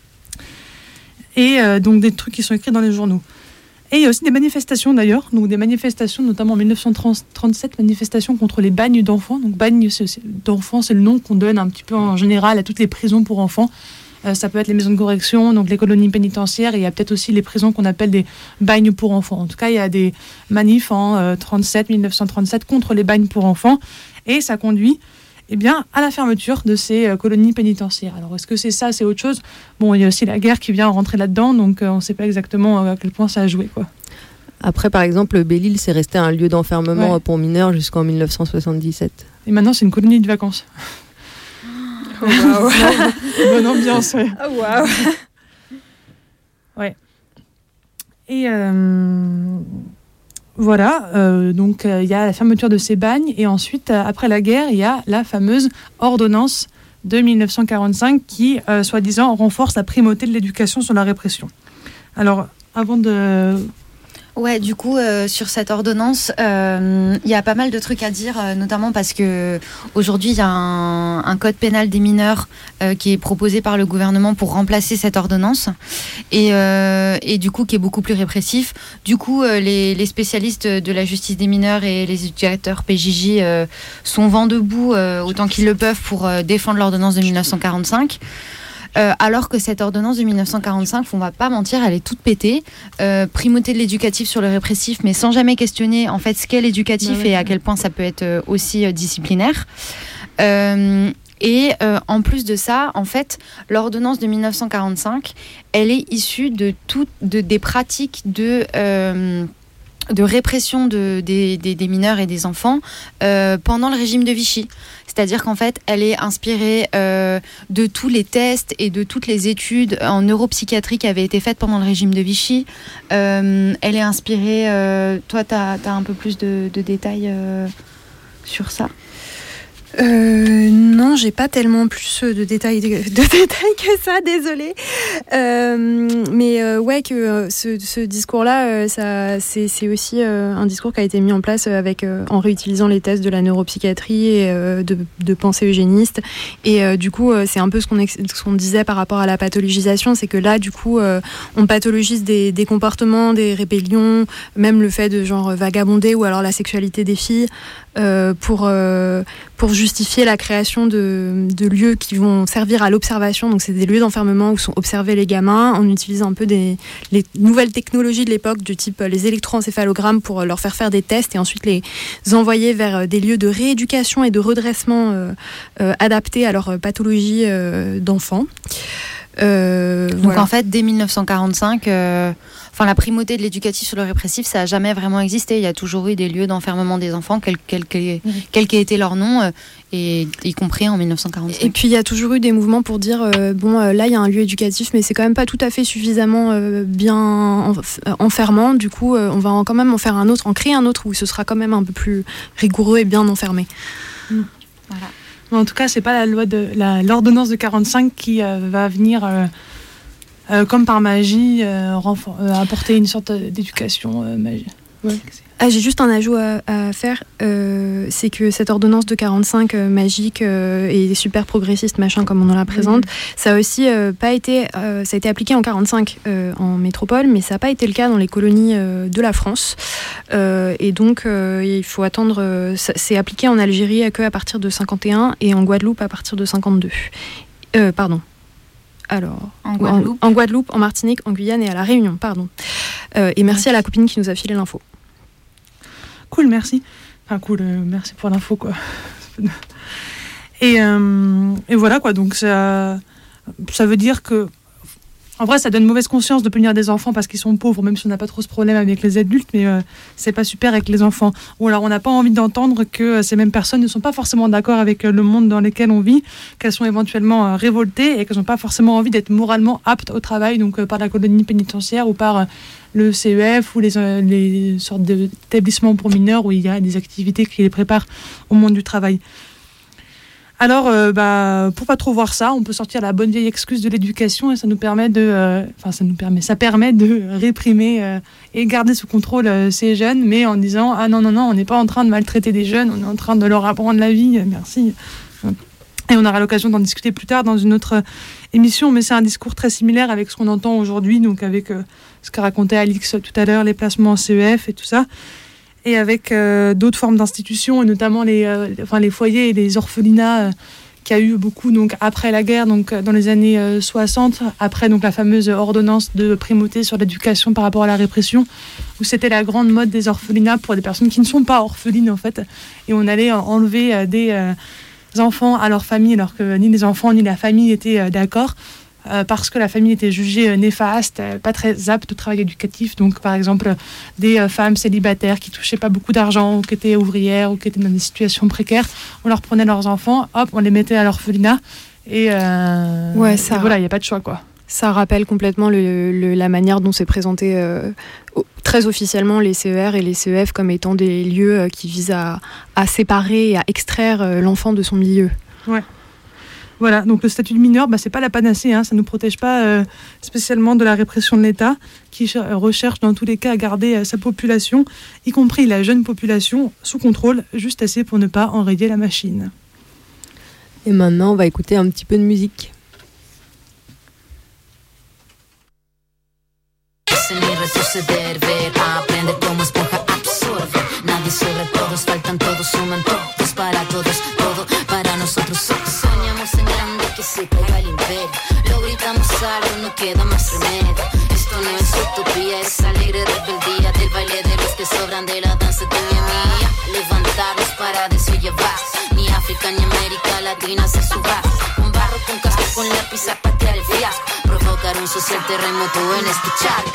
Et donc, des trucs qui sont écrits dans les journaux. Et il y a aussi des manifestations d'ailleurs, donc des manifestations notamment en 1937, manifestations contre les bagnes d'enfants. Donc bagne d'enfants, c'est le nom qu'on donne un petit peu en général à toutes les prisons pour enfants. Ça peut être les maisons de correction, donc les colonies pénitentiaires, et il y a peut-être aussi les prisons qu'on appelle des bagnes pour enfants. En tout cas, il y a des manifs en 1937 contre les bagnes pour enfants, et ça conduit à la fermeture de ces colonies pénitentiaires. Alors, est-ce que c'est ça, c'est autre chose ? Bon, il y a aussi la guerre qui vient rentrer là-dedans, donc on ne sait pas exactement à quel point ça a joué, quoi. Après, par exemple, Belle-Île, c'est resté un lieu d'enfermement pour mineurs jusqu'en 1977. Et maintenant, c'est une colonie de vacances. Oh, wow. Bonne ambiance, ouais. Oh, wow. Ouais. Et voilà, donc il y a la fermeture de ces bagnes, et ensuite, après la guerre, il y a la fameuse ordonnance de 1945 qui, soi-disant, renforce la primauté de l'éducation sur la répression. Alors, avant de... Ouais, du coup, sur cette ordonnance, il y a pas mal de trucs à dire, notamment parce que aujourd'hui, il y a un code pénal des mineurs qui est proposé par le gouvernement pour remplacer cette ordonnance, et du coup, qui est beaucoup plus répressif. Du coup, les spécialistes de la justice des mineurs et les éducateurs PJJ sont vent debout autant qu'ils le peuvent pour défendre l'ordonnance de 1945. Alors que cette ordonnance de 1945, on va pas mentir, elle est toute pétée. Primauté de l'éducatif sur le répressif, mais sans jamais questionner en fait ce qu'est l'éducatif et à quel point ça peut être aussi disciplinaire. En plus de ça, en fait, l'ordonnance de 1945, elle est issue des pratiques de répression des mineurs et des enfants pendant le régime de Vichy. C'est-à-dire qu'en fait, elle est inspirée de tous les tests et de toutes les études en neuropsychiatrie qui avaient été faites pendant le régime de Vichy. Elle est inspirée... toi, tu as un peu plus de détails sur ça ? Non, j'ai pas tellement plus de détails que ça, désolée. Mais ouais, que ce discours-là, c'est aussi un discours qui a été mis en place en réutilisant les thèses de la neuropsychiatrie et de pensée eugéniste. Et du coup, c'est un peu ce qu'on disait par rapport à la pathologisation, c'est que là, du coup, on pathologise des comportements, des rébellions, même le fait de genre vagabonder ou alors la sexualité des filles. Pour justifier la création de lieux qui vont servir à l'observation. Donc c'est des lieux d'enfermement où sont observés les gamins. On utilise un peu les nouvelles technologies de l'époque du type les électroencéphalogrammes pour leur faire des tests et ensuite les envoyer vers des lieux de rééducation et de redressement adaptés à leur pathologie d'enfants. Donc en fait, dès 1945, la primauté de l'éducatif sur le répressif, ça n'a jamais vraiment existé. Il y a toujours eu des lieux d'enfermement des enfants, quel qu'ait été leur nom, et y compris en 1945. Et puis il y a toujours eu des mouvements pour dire là il y a un lieu éducatif, mais c'est quand même pas tout à fait suffisamment bien enfermant. Du coup, on va quand même en créer un autre où ce sera quand même un peu plus rigoureux et bien enfermé. Voilà. En tout cas, c'est pas l'ordonnance de 45 qui va venir, comme par magie, apporter une sorte d'éducation magique. Ouais. J'ai juste un ajout à faire, c'est que cette ordonnance de 45 magique et super progressiste, machin, comme on nous la présente, ça a aussi pas été, ça a été appliqué en 45 en métropole, mais ça n'a pas été le cas dans les colonies de la France. Et donc, il faut attendre, c'est appliqué en Algérie qu'à partir de 51 et en Guadeloupe à partir de 52. En Guadeloupe, en Martinique, en Guyane et à La Réunion, et merci à la copine qui nous a filé l'info. Cool, merci. Merci pour l'info, quoi. Et voilà, quoi. Donc, ça veut dire que... En vrai, ça donne mauvaise conscience de punir des enfants parce qu'ils sont pauvres, même si on n'a pas trop ce problème avec les adultes, mais c'est pas super avec les enfants. Ou alors, on n'a pas envie d'entendre que ces mêmes personnes ne sont pas forcément d'accord avec le monde dans lequel on vit, qu'elles sont éventuellement révoltées et qu'elles n'ont pas forcément envie d'être moralement aptes au travail, donc par la colonie pénitentiaire ou par... le CEF ou les sortes d'établissements pour mineurs où il y a des activités qui les préparent au monde du travail. Alors, pour pas trop voir ça, on peut sortir la bonne vieille excuse de l'éducation et ça permet de réprimer et garder sous contrôle ces jeunes, mais en disant ah non, on n'est pas en train de maltraiter des jeunes, on est en train de leur apprendre la vie, merci. Et on aura l'occasion d'en discuter plus tard dans une autre émission, mais c'est un discours très similaire avec ce qu'on entend aujourd'hui, donc avec ce qu'a raconté Alix tout à l'heure, les placements en CEF et tout ça, et avec d'autres formes d'institutions, et notamment les foyers et les orphelinats qu'il y a eu beaucoup donc, après la guerre, donc dans les années 60, après donc, la fameuse ordonnance de primauté sur l'éducation par rapport à la répression, où c'était la grande mode des orphelinats pour des personnes qui ne sont pas orphelines en fait, et on allait enlever des... enfants à leur famille alors que ni les enfants ni la famille étaient d'accord parce que la famille était jugée néfaste, pas très apte au travail éducatif. Donc par exemple des femmes célibataires qui touchaient pas beaucoup d'argent ou qui étaient ouvrières ou qui étaient dans des situations précaires, on leur prenait leurs enfants, hop, on les mettait à l'orphelinat et voilà, il n'y a pas de choix quoi. Ça rappelle complètement la manière dont c'est présenté très officiellement les CER et les CEF comme étant des lieux qui visent à séparer et à extraire l'enfant de son milieu. Ouais. Voilà, donc le statut de mineur, c'est pas la panacée, ça ne nous protège pas spécialement de la répression de l'État, qui recherche dans tous les cas à garder sa population, y compris la jeune population, sous contrôle, juste assez pour ne pas enrayer la machine. Et maintenant, on va écouter un petit peu de musique. Ni retroceder, ver, aprender como esponja absorbe. Nadie sobre todos, faltan todos, suman todos para todos, todo para nosotros. Soñamos en grande que se caiga el imperio. Lo gritamos algo, no queda más remedio. Esto no es utopía, es alegre rebeldía del baile de los que sobran de la danza de mi mía. Levantarnos para llevar. Ni África ni América Latina se suba. Con barro, con casco, con lápiz a patear el fiasco. Provocar un social terremoto en este charco.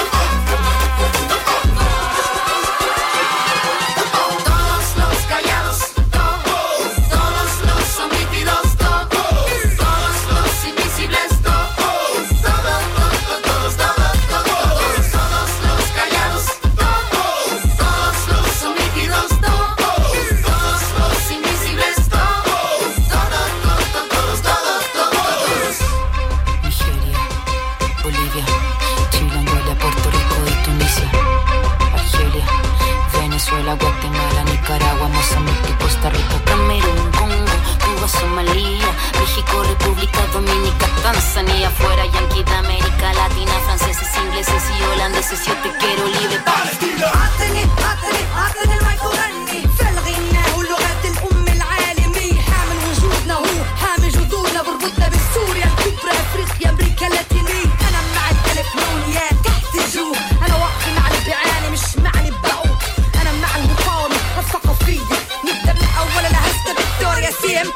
Todos los callados México, República Dominicana, Tanzania, fuera Yankee de América Latina, franceses, ingleses y holandeses, yo te quiero libre Palestina. عطني المايك وغني في الغناء ولغة الأم العالمية، حامل وجودنا هو حامل جذورنا بربطنا بسوريا الكبرى أفريقيا أمريكا اللاتينية. أنا مع الإلكترونيات تحت الجوع، أنا واقفة مع اللي بيعاني مش معني ببعوض، أنا مع المقاومة الثقافية نبدأ من أول لهسه فيكتوريا سيم.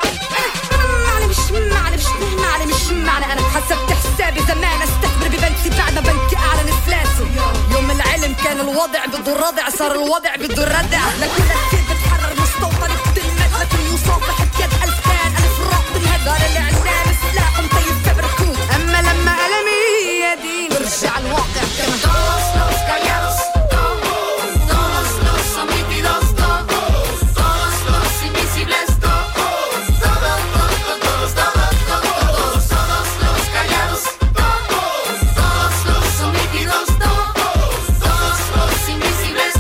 مش معنى أنا حسبت حسابي زمان استثمر ببنكي بعد بنكي أعلن إفلاسه. يوم العلم كان الوضع بده الردع، صار الوضع بده الردع. لكل كتير بتحرر مستوطن بتلمس، لكن يوصف حكيت ألف كان ألف راق بالهد. قال الإعلام سلاح مطيب كبركوت، أما لما ألمي يدين برجع الواقع كما Todos los callados, todos los omitidos, todos los invisibles, todos los callados, todos los omitidos, todos los invisibles,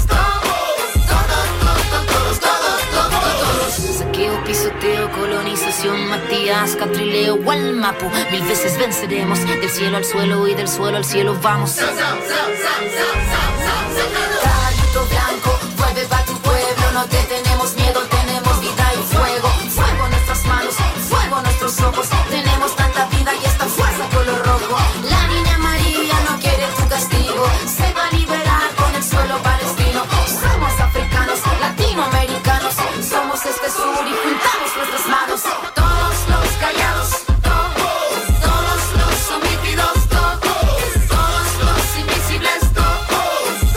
todos. Saqueo, pisoteo, colonización, Matías, Catrileo, Gualmapu. 1000 veces venceremos, del cielo al suelo y del suelo al cielo vamos. Caballito blanco, vuelve pa' tu pueblo, no te tenemos miedo, tenemos vida y fuego. Fuego en nuestras manos, fuego en nuestros ojos, tenemos tanta vida y esta fuerza color rojo. La niña María no quiere tu castigo, se va a liberar con el suelo palestino. Somos africanos, latinoamericanos, somos este sur y juntamos nuestras manos. Todos los callados, todos los omitidos, todos los invisibles, todos los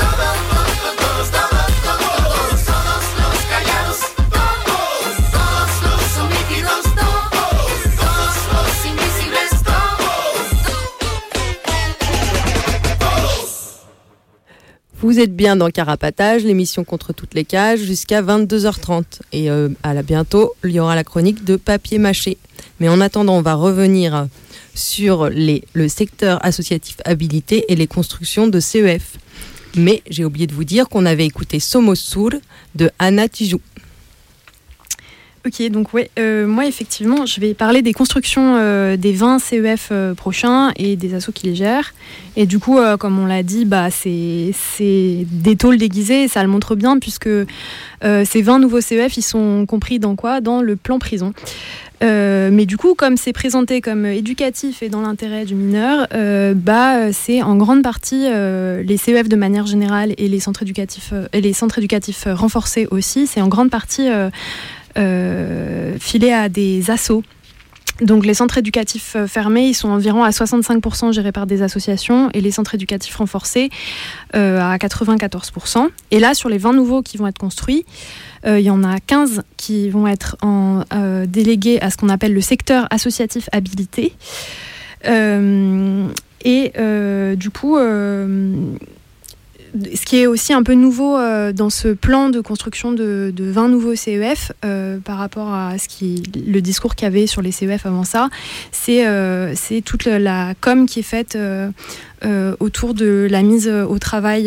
callados, todos los omitidos, todos los invisibles, Vous êtes bien dans Carapatage, l'émission contre toutes les cages, jusqu'à 22h30. Et bientôt, il y aura la chronique de Papier Mâché. Mais en attendant, on va revenir sur le secteur associatif habilité et les constructions de CEF. Mais j'ai oublié de vous dire qu'on avait écouté Somos Sur de Anna Tijoux. Ok, donc moi effectivement, je vais parler des constructions des 20 CEF prochains et des assos qui les gèrent. Et du coup, comme on l'a dit, c'est des tôles déguisées et ça le montre bien puisque ces 20 nouveaux CEF, ils sont compris dans quoi ? Dans le plan prison. Mais du coup, comme c'est présenté comme éducatif et dans l'intérêt du mineur, c'est en grande partie les CEF de manière générale et les centres éducatifs renforcés aussi, c'est en grande partie filé à des assos. Donc les centres éducatifs fermés, ils sont environ à 65% gérés par des associations et les centres éducatifs renforcés à 94%. Et là, sur les 20 nouveaux qui vont être construits, il y en a 15 qui vont être délégués à ce qu'on appelle le secteur associatif habilité. Du coup, ce qui est aussi un peu nouveau dans ce plan de construction de 20 nouveaux CEF par rapport à le discours qu'il y avait sur les CEF avant ça, c'est toute la com qui est faite autour de la mise au travail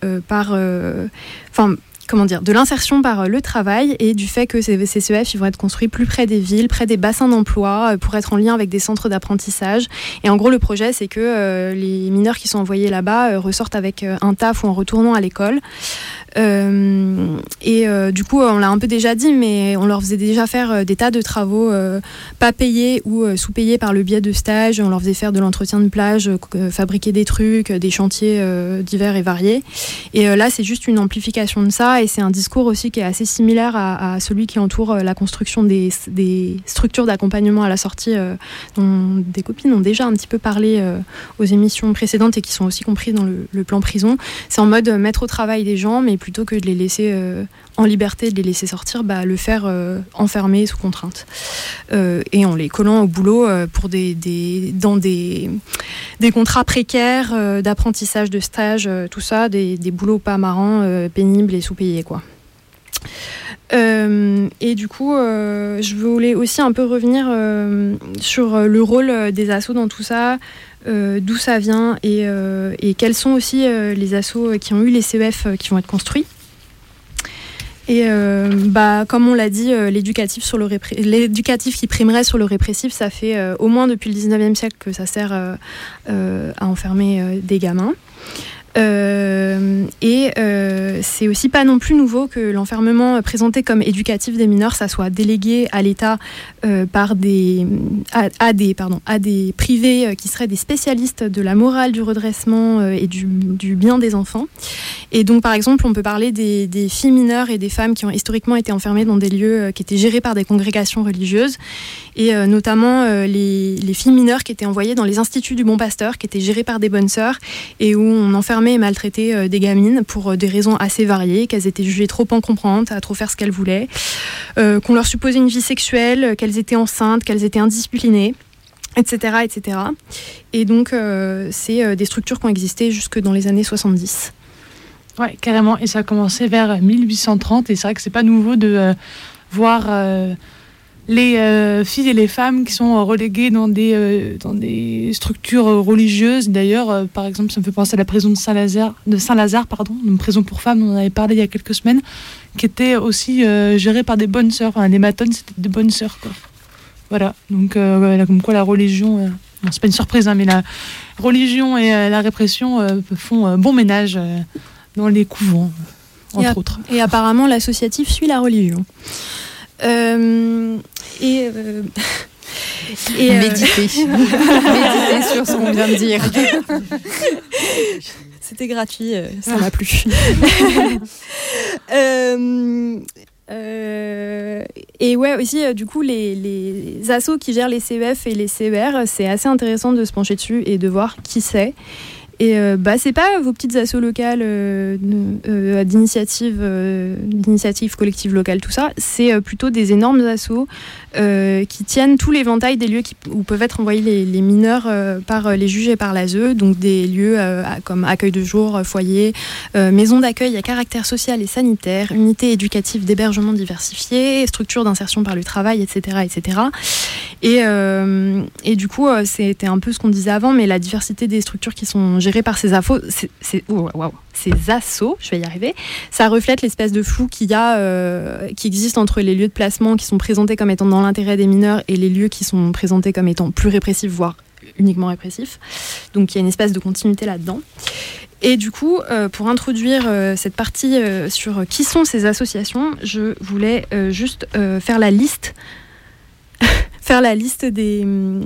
de l'insertion par le travail et du fait que ces CEF ils vont être construits plus près des villes, près des bassins d'emploi, pour être en lien avec des centres d'apprentissage. Et en gros, le projet, c'est que les mineurs qui sont envoyés là-bas ressortent avec un taf ou en retournant à l'école. Du coup, on l'a un peu déjà dit, mais on leur faisait déjà faire des tas de travaux pas payés ou sous-payés par le biais de stages. On leur faisait faire de l'entretien de plage, fabriquer des trucs, des chantiers divers et variés. Et là, c'est juste une amplification de ça. Et c'est un discours aussi qui est assez similaire à celui qui entoure la construction des structures d'accompagnement à la sortie dont des copines ont déjà un petit peu parlé aux émissions précédentes et qui sont aussi compris dans le plan prison. C'est en mode mettre au travail des gens, mais plutôt que de les laisser en liberté, de les laisser sortir, le faire enfermés sous contrainte. Et en les collant au boulot dans des contrats précaires d'apprentissage, de stage, tout ça, des boulots pas marrants, pénibles et sous-payés, quoi. Et du coup, je voulais aussi un peu revenir sur le rôle des assos dans tout ça, d'où ça vient et quels sont aussi les assos qui ont eu les CEF qui vont être construits. Et comme on l'a dit, l'éducatif qui primerait sur le répressif, ça fait au moins depuis le 19e siècle que ça sert à enfermer des gamins. C'est aussi pas non plus nouveau que l'enfermement présenté comme éducatif des mineurs, ça soit délégué à l'État à des privés qui seraient des spécialistes de la morale, du redressement et du bien des enfants. Et donc par exemple on peut parler des filles mineures et des femmes qui ont historiquement été enfermées dans des lieux qui étaient gérés par des congrégations religieuses, et notamment les filles mineures qui étaient envoyées dans les instituts du Bon Pasteur, qui étaient gérés par des bonnes sœurs, et où on enfermait et maltraitait des gamines pour des raisons assez variées, qu'elles étaient jugées trop encombrantes, à trop faire ce qu'elles voulaient, qu'on leur supposait une vie sexuelle, qu'elles étaient enceintes, qu'elles étaient indisciplinées, etc. etc. Et donc c'est des structures qui ont existé jusque dans les années 70. Ouais, carrément, et ça a commencé vers 1830, et c'est vrai que c'est pas nouveau de voir les filles et les femmes qui sont reléguées dans des structures religieuses. D'ailleurs, par exemple, ça me fait penser à la prison de Saint-Lazare, une prison pour femmes dont on avait parlé il y a quelques semaines, qui était aussi gérée par des bonnes sœurs. Enfin, les matonnes, c'était des bonnes sœurs, quoi. Voilà, donc comme quoi la religion, non, c'est pas une surprise, hein, mais la religion et la répression font bon ménage dans les couvents, entre autres. Et apparemment, l'associatif suit la religion. Méditer. Méditer sur ce qu'on vient de dire. C'était gratuit, ça m'a plu. Et ouais, aussi, du coup, les assos qui gèrent les CEF et les CER, c'est assez intéressant de se pencher dessus et de voir qui c'est. Et c'est pas vos petites assos locales d'initiatives collectives locales, tout ça. C'est plutôt des énormes assos qui tiennent tout l'éventail des lieux où peuvent être envoyés les mineurs par les juges et par l'ASE. Donc des lieux comme accueil de jour, foyer, maison d'accueil à caractère social et sanitaire, unité éducative d'hébergement diversifiée, structure d'insertion par le travail, etc. etc. Et du coup, c'était un peu ce qu'on disait avant, mais la diversité des structures qui sont gérées par ces assos, je vais y arriver, ça reflète l'espèce de flou qui existe entre les lieux de placement qui sont présentés comme étant dans l'intérêt des mineurs et les lieux qui sont présentés comme étant plus répressifs, voire uniquement répressifs. Donc il y a une espèce de continuité là-dedans. Et du coup, pour introduire cette partie sur qui sont ces associations, je voulais juste faire la liste des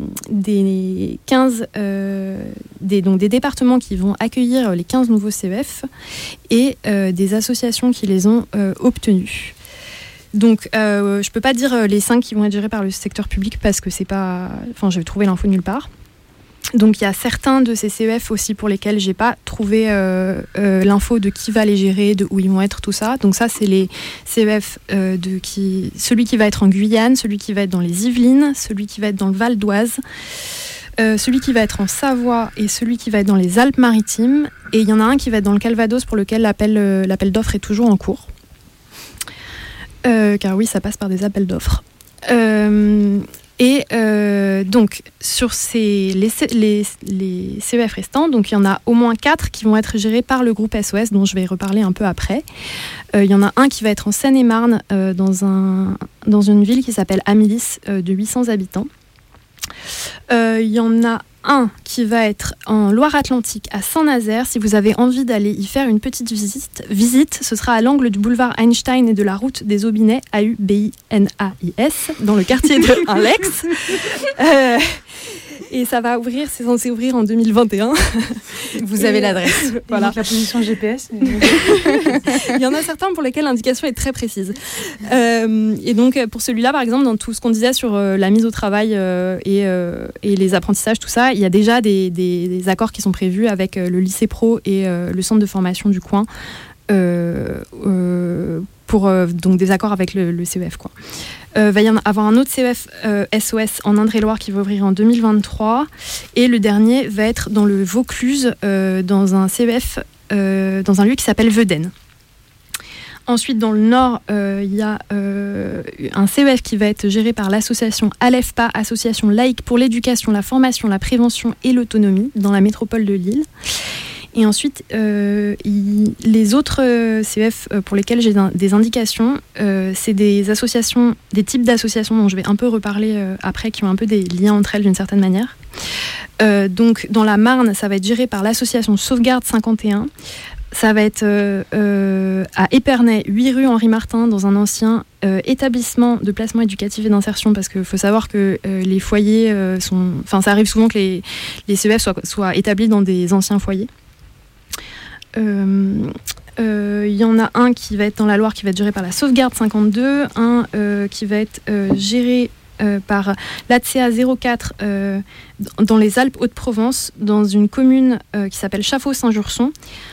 15 des départements qui vont accueillir les 15 nouveaux CEF et des associations qui les ont obtenus. Donc, je peux pas dire les 5 qui vont être gérés par le secteur public parce que c'est pas... Enfin, j'ai trouvé l'info nulle part. Donc, il y a certains de ces CEF aussi pour lesquels j'ai pas trouvé l'info de qui va les gérer, de où ils vont être, tout ça. Donc ça, c'est les CEF celui qui va être en Guyane, celui qui va être dans les Yvelines, celui qui va être dans le Val d'Oise, celui qui va être en Savoie et celui qui va être dans les Alpes-Maritimes. Et il y en a un qui va être dans le Calvados pour lequel l'appel d'offres est toujours en cours. Car oui, ça passe par des appels d'offres. Donc, sur les CEF restants, donc il y en a au moins 4 qui vont être gérés par le groupe SOS, dont je vais reparler un peu après. Il y en a un qui va être en Seine-et-Marne, dans une ville qui s'appelle Amélis, de 800 habitants. Il y en a un qui va être en Loire-Atlantique, à Saint-Nazaire. Si vous avez envie d'aller y faire une petite visite, ce sera à l'angle du boulevard Einstein et de la route des Aubinais, AUBINAIS, dans le quartier de Inlex. Et ça va ouvrir, c'est censé ouvrir en 2021. Vous avez l'adresse. Voilà. La position GPS. Il y en a certains pour lesquels l'indication est très précise. Et donc, pour celui-là, par exemple, dans tout ce qu'on disait sur la mise au travail et les apprentissages, tout ça, il y a déjà des accords qui sont prévus avec le lycée pro et le centre de formation du coin. Pour donc des accords avec le CEF, quoi. Va y en avoir un autre CEF SOS en Indre-et-Loire qui va ouvrir en 2023, et le dernier va être dans le Vaucluse, dans un CEF dans un lieu qui s'appelle Vedaine. Ensuite, dans le Nord, il y a un CEF qui va être géré par l'association ALEFPA, Association laïque pour l'éducation, la formation, la prévention et l'autonomie, dans la métropole de Lille. Et ensuite, les autres CEF pour lesquels j'ai des indications, c'est des associations, des types d'associations dont je vais un peu reparler après, qui ont un peu des liens entre elles d'une certaine manière. Donc dans la Marne, ça va être géré par l'association Sauvegarde 51. Ça va être à Épernay, 8 rue Henri Martin, dans un ancien établissement de placement éducatif et d'insertion, parce qu'il faut savoir que les foyers sont... Enfin, ça arrive souvent que les CEF soient établis dans des anciens foyers. Il y en a un qui va être dans la Loire, qui va être géré par la Sauvegarde 52, un qui va être géré par l'ATSEA 04 dans les Alpes-Haute-Provence, dans une commune qui s'appelle Chaffaux-Saint-Jurson.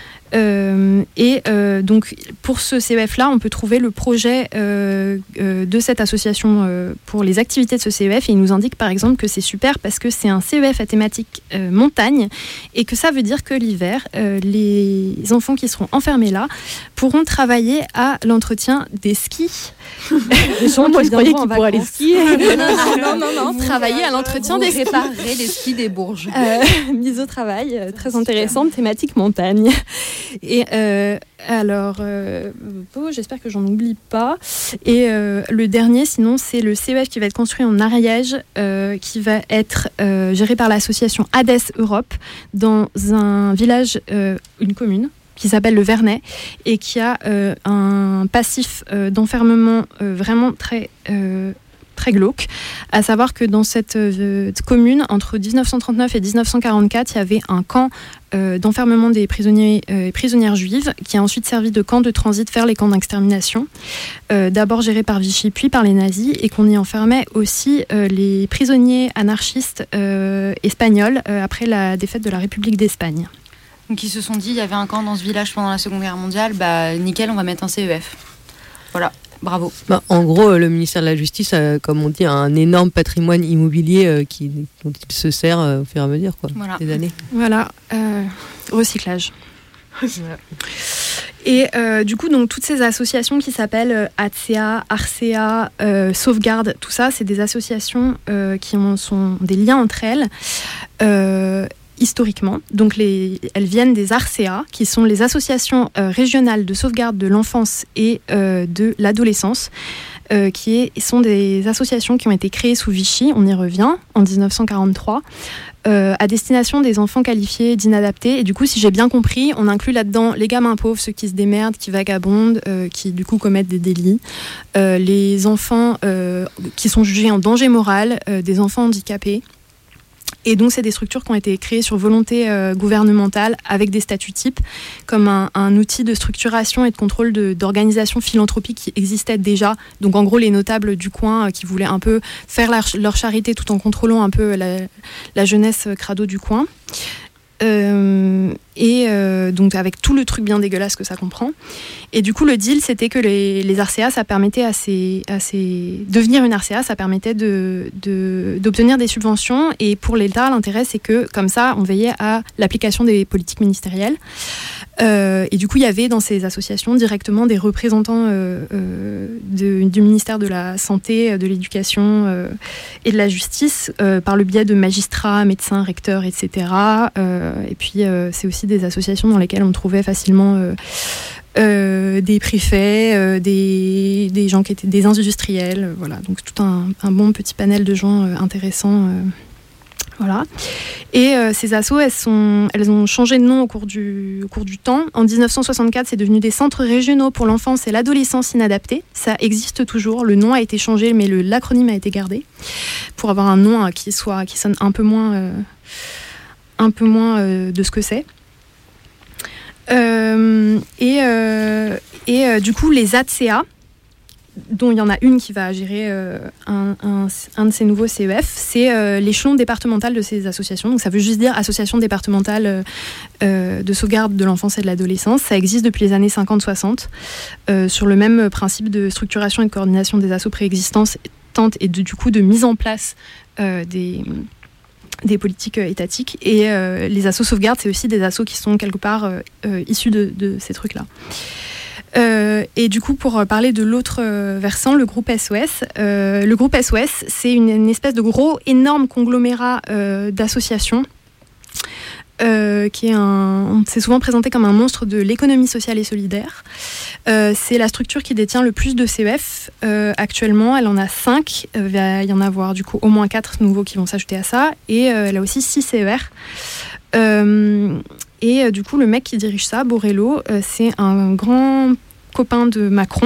Donc pour ce CEF-là, on peut trouver le projet de cette association pour les activités de ce CEF, et il nous indique par exemple que c'est super parce que c'est un CEF à thématique montagne, et que ça veut dire que l'hiver, les enfants qui seront enfermés là pourront travailler à l'entretien des skis. Les gens qui croyaient qu'ils pourraient aller skier. Non, travailler à l'entretien des skis. Réparer les skis des Bourges. Mise au travail, très intéressante, thématique montagne. Et alors, j'espère que j'en oublie pas. Et le dernier, sinon, c'est le CEF qui va être construit en Ariège, qui va être géré par l'association Hades Europe, dans un village, une commune, qui s'appelle le Vernet, et qui a un passif d'enfermement vraiment très glauque, à savoir que dans cette commune, entre 1939 et 1944, il y avait un camp d'enfermement des prisonniers et prisonnières juives, qui a ensuite servi de camp de transit vers les camps d'extermination, d'abord géré par Vichy, puis par les nazis, et qu'on y enfermait aussi les prisonniers anarchistes espagnols après la défaite de la République d'Espagne. Donc ils se sont dit, il y avait un camp dans ce village pendant la Seconde Guerre mondiale, nickel, on va mettre un CEF. Voilà, bravo. En gros, le ministère de la Justice, comme on dit, a un énorme patrimoine immobilier dont il se sert au fur et à mesure, des années. Voilà, recyclage. Et du coup, donc, toutes ces associations qui s'appellent ATSEA, ARCEA, Sauvegarde, tout ça, c'est des associations qui sont des liens entre elles. Historiquement. Donc elles viennent des ARCEA, qui sont les associations régionales de sauvegarde de l'enfance et de l'adolescence, sont des associations qui ont été créées sous Vichy, on y revient, en 1943, à destination des enfants qualifiés d'inadaptés. Et du coup, si j'ai bien compris, on inclut là-dedans les gamins pauvres, ceux qui se démerdent, qui vagabondent, qui du coup commettent des délits, les enfants qui sont jugés en danger moral, des enfants handicapés. Et donc, c'est des structures qui ont été créées sur volonté gouvernementale, avec des statuts types, comme un outil de structuration et de contrôle d'organisations philanthropiques qui existaient déjà. Donc, en gros, les notables du coin qui voulaient un peu faire leur charité tout en contrôlant un peu la jeunesse crado du coin. Donc avec tout le truc bien dégueulasse que ça comprend. Et du coup, le deal, c'était que les RCA, ça permettait devenir une RCA, ça permettait d'obtenir des subventions. Et pour l'État, l'intérêt, c'est que comme ça, on veillait à l'application des politiques ministérielles. Et du coup, il y avait dans ces associations directement des représentants du ministère de la Santé, de l'Éducation et de la Justice, par le biais de magistrats, médecins, recteurs, etc. Et puis, c'est aussi des associations dans lesquelles on trouvait facilement des préfets, des gens qui étaient des industriels. Voilà, donc tout un bon petit panel de gens intéressants. Voilà. Et ces assos, elles ont changé de nom au cours du temps. En 1964, c'est devenu des centres régionaux pour l'enfance et l'adolescence inadaptée. Ça existe toujours. Le nom a été changé, mais l'acronyme a été gardé pour avoir un nom qui sonne un peu moins de ce que c'est. Du coup, les ATSEA, dont il y en a une qui va gérer un de ces nouveaux CEF, c'est l'échelon départemental de ces associations. Donc ça veut juste dire Association départementale de sauvegarde de l'enfance et de l'adolescence. Ça existe depuis les années 50-60, sur le même principe de structuration et de coordination des assos préexistantes et du coup de mise en place des politiques étatiques. Et les assos sauvegarde, c'est aussi des assos qui sont quelque part issus de ces trucs-là. Et du coup, pour parler de l'autre versant, le groupe SOS. Le groupe SOS, c'est une espèce de gros, énorme conglomérat d'associations on s'est souvent présenté comme un monstre de l'économie sociale et solidaire. C'est la structure qui détient le plus de CEF. Actuellement, elle en a 5. Il va y en avoir du coup au moins 4 nouveaux qui vont s'ajouter à ça. Et elle a aussi 6 CER. Et du coup, le mec qui dirige ça, Borrello, c'est un grand copain de Macron.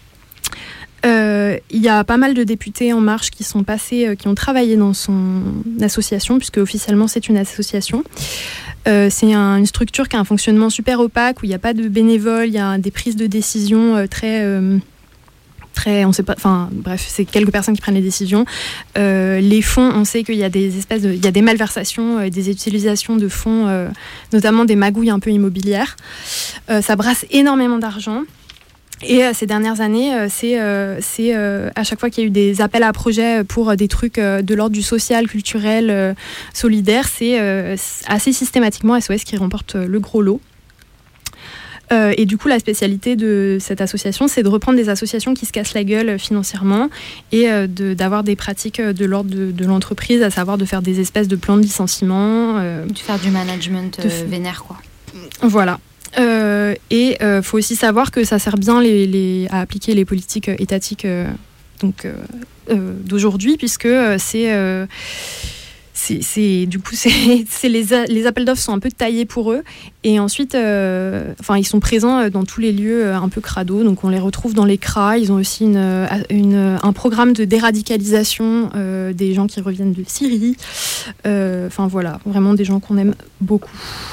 Il y a pas mal de députés En Marche qui sont passés, qui ont travaillé dans son association, puisque officiellement c'est une association. C'est une structure qui a un fonctionnement super opaque, où il n'y a pas de bénévoles, il y a des prises de décision très, on sait pas, enfin bref, c'est quelques personnes qui prennent les décisions. Les fonds, on sait qu'il y a il y a des malversations, des utilisations de fonds, notamment des magouilles un peu immobilières. Ça brasse énormément d'argent. Et ces dernières années, c'est à chaque fois qu'il y a eu des appels à projets pour des trucs de l'ordre du social, culturel, solidaire, c'est assez systématiquement SOS qui remporte le gros lot. Et du coup, la spécialité de cette association, c'est de reprendre des associations qui se cassent la gueule financièrement et d'avoir des pratiques de l'ordre de l'entreprise, à savoir de faire des espèces de plans de licenciement. De faire du management vénère, quoi. Voilà. Et faut aussi savoir que ça sert bien à appliquer les politiques étatiques d'aujourd'hui, puisque c'est les appels d'offres sont un peu taillés pour eux, et ensuite ils sont présents dans tous les lieux un peu crado, donc on les retrouve dans les CRA. Ils ont aussi un programme de déradicalisation des gens qui reviennent de Syrie, voilà, vraiment des gens qu'on aime beaucoup.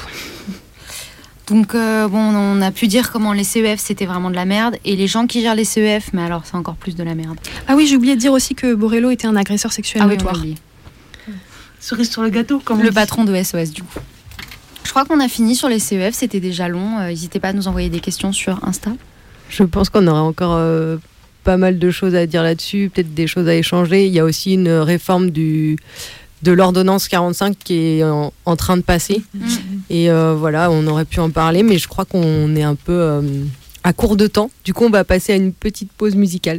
Donc on a pu dire comment les CEF c'était vraiment de la merde, et les gens qui gèrent les CEF, mais alors c'est encore plus de la merde. Ah oui, j'ai oublié de dire aussi que Borrello était un agresseur sexuel notoire. Cerise sur le gâteau, le patron de SOS du coup. Je crois qu'on a fini sur les CEF, c'était déjà long. N'hésitez pas à nous envoyer des questions sur Insta. Je pense qu'on aura encore pas mal de choses à dire là-dessus, peut-être des choses à échanger. Il y a aussi une réforme de l'ordonnance 45 qui est en train de passer. Et voilà, on aurait pu en parler, mais je crois qu'on est un peu à court de temps. Du coup, on va passer à une petite pause musicale.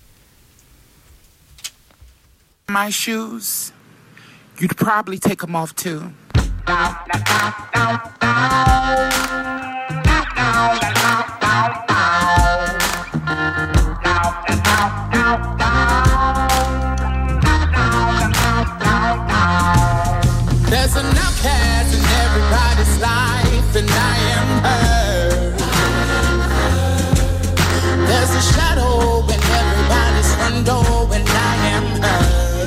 My shoes, you'd probably take them off too. There's an outcast in everybody's life, and I am her. There's a shadow in everybody's front door, and I am her.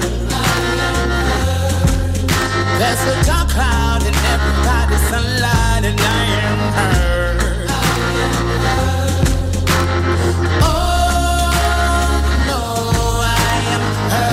There's a dark cloud in everybody's sunlight, and I am her. Oh, no, I am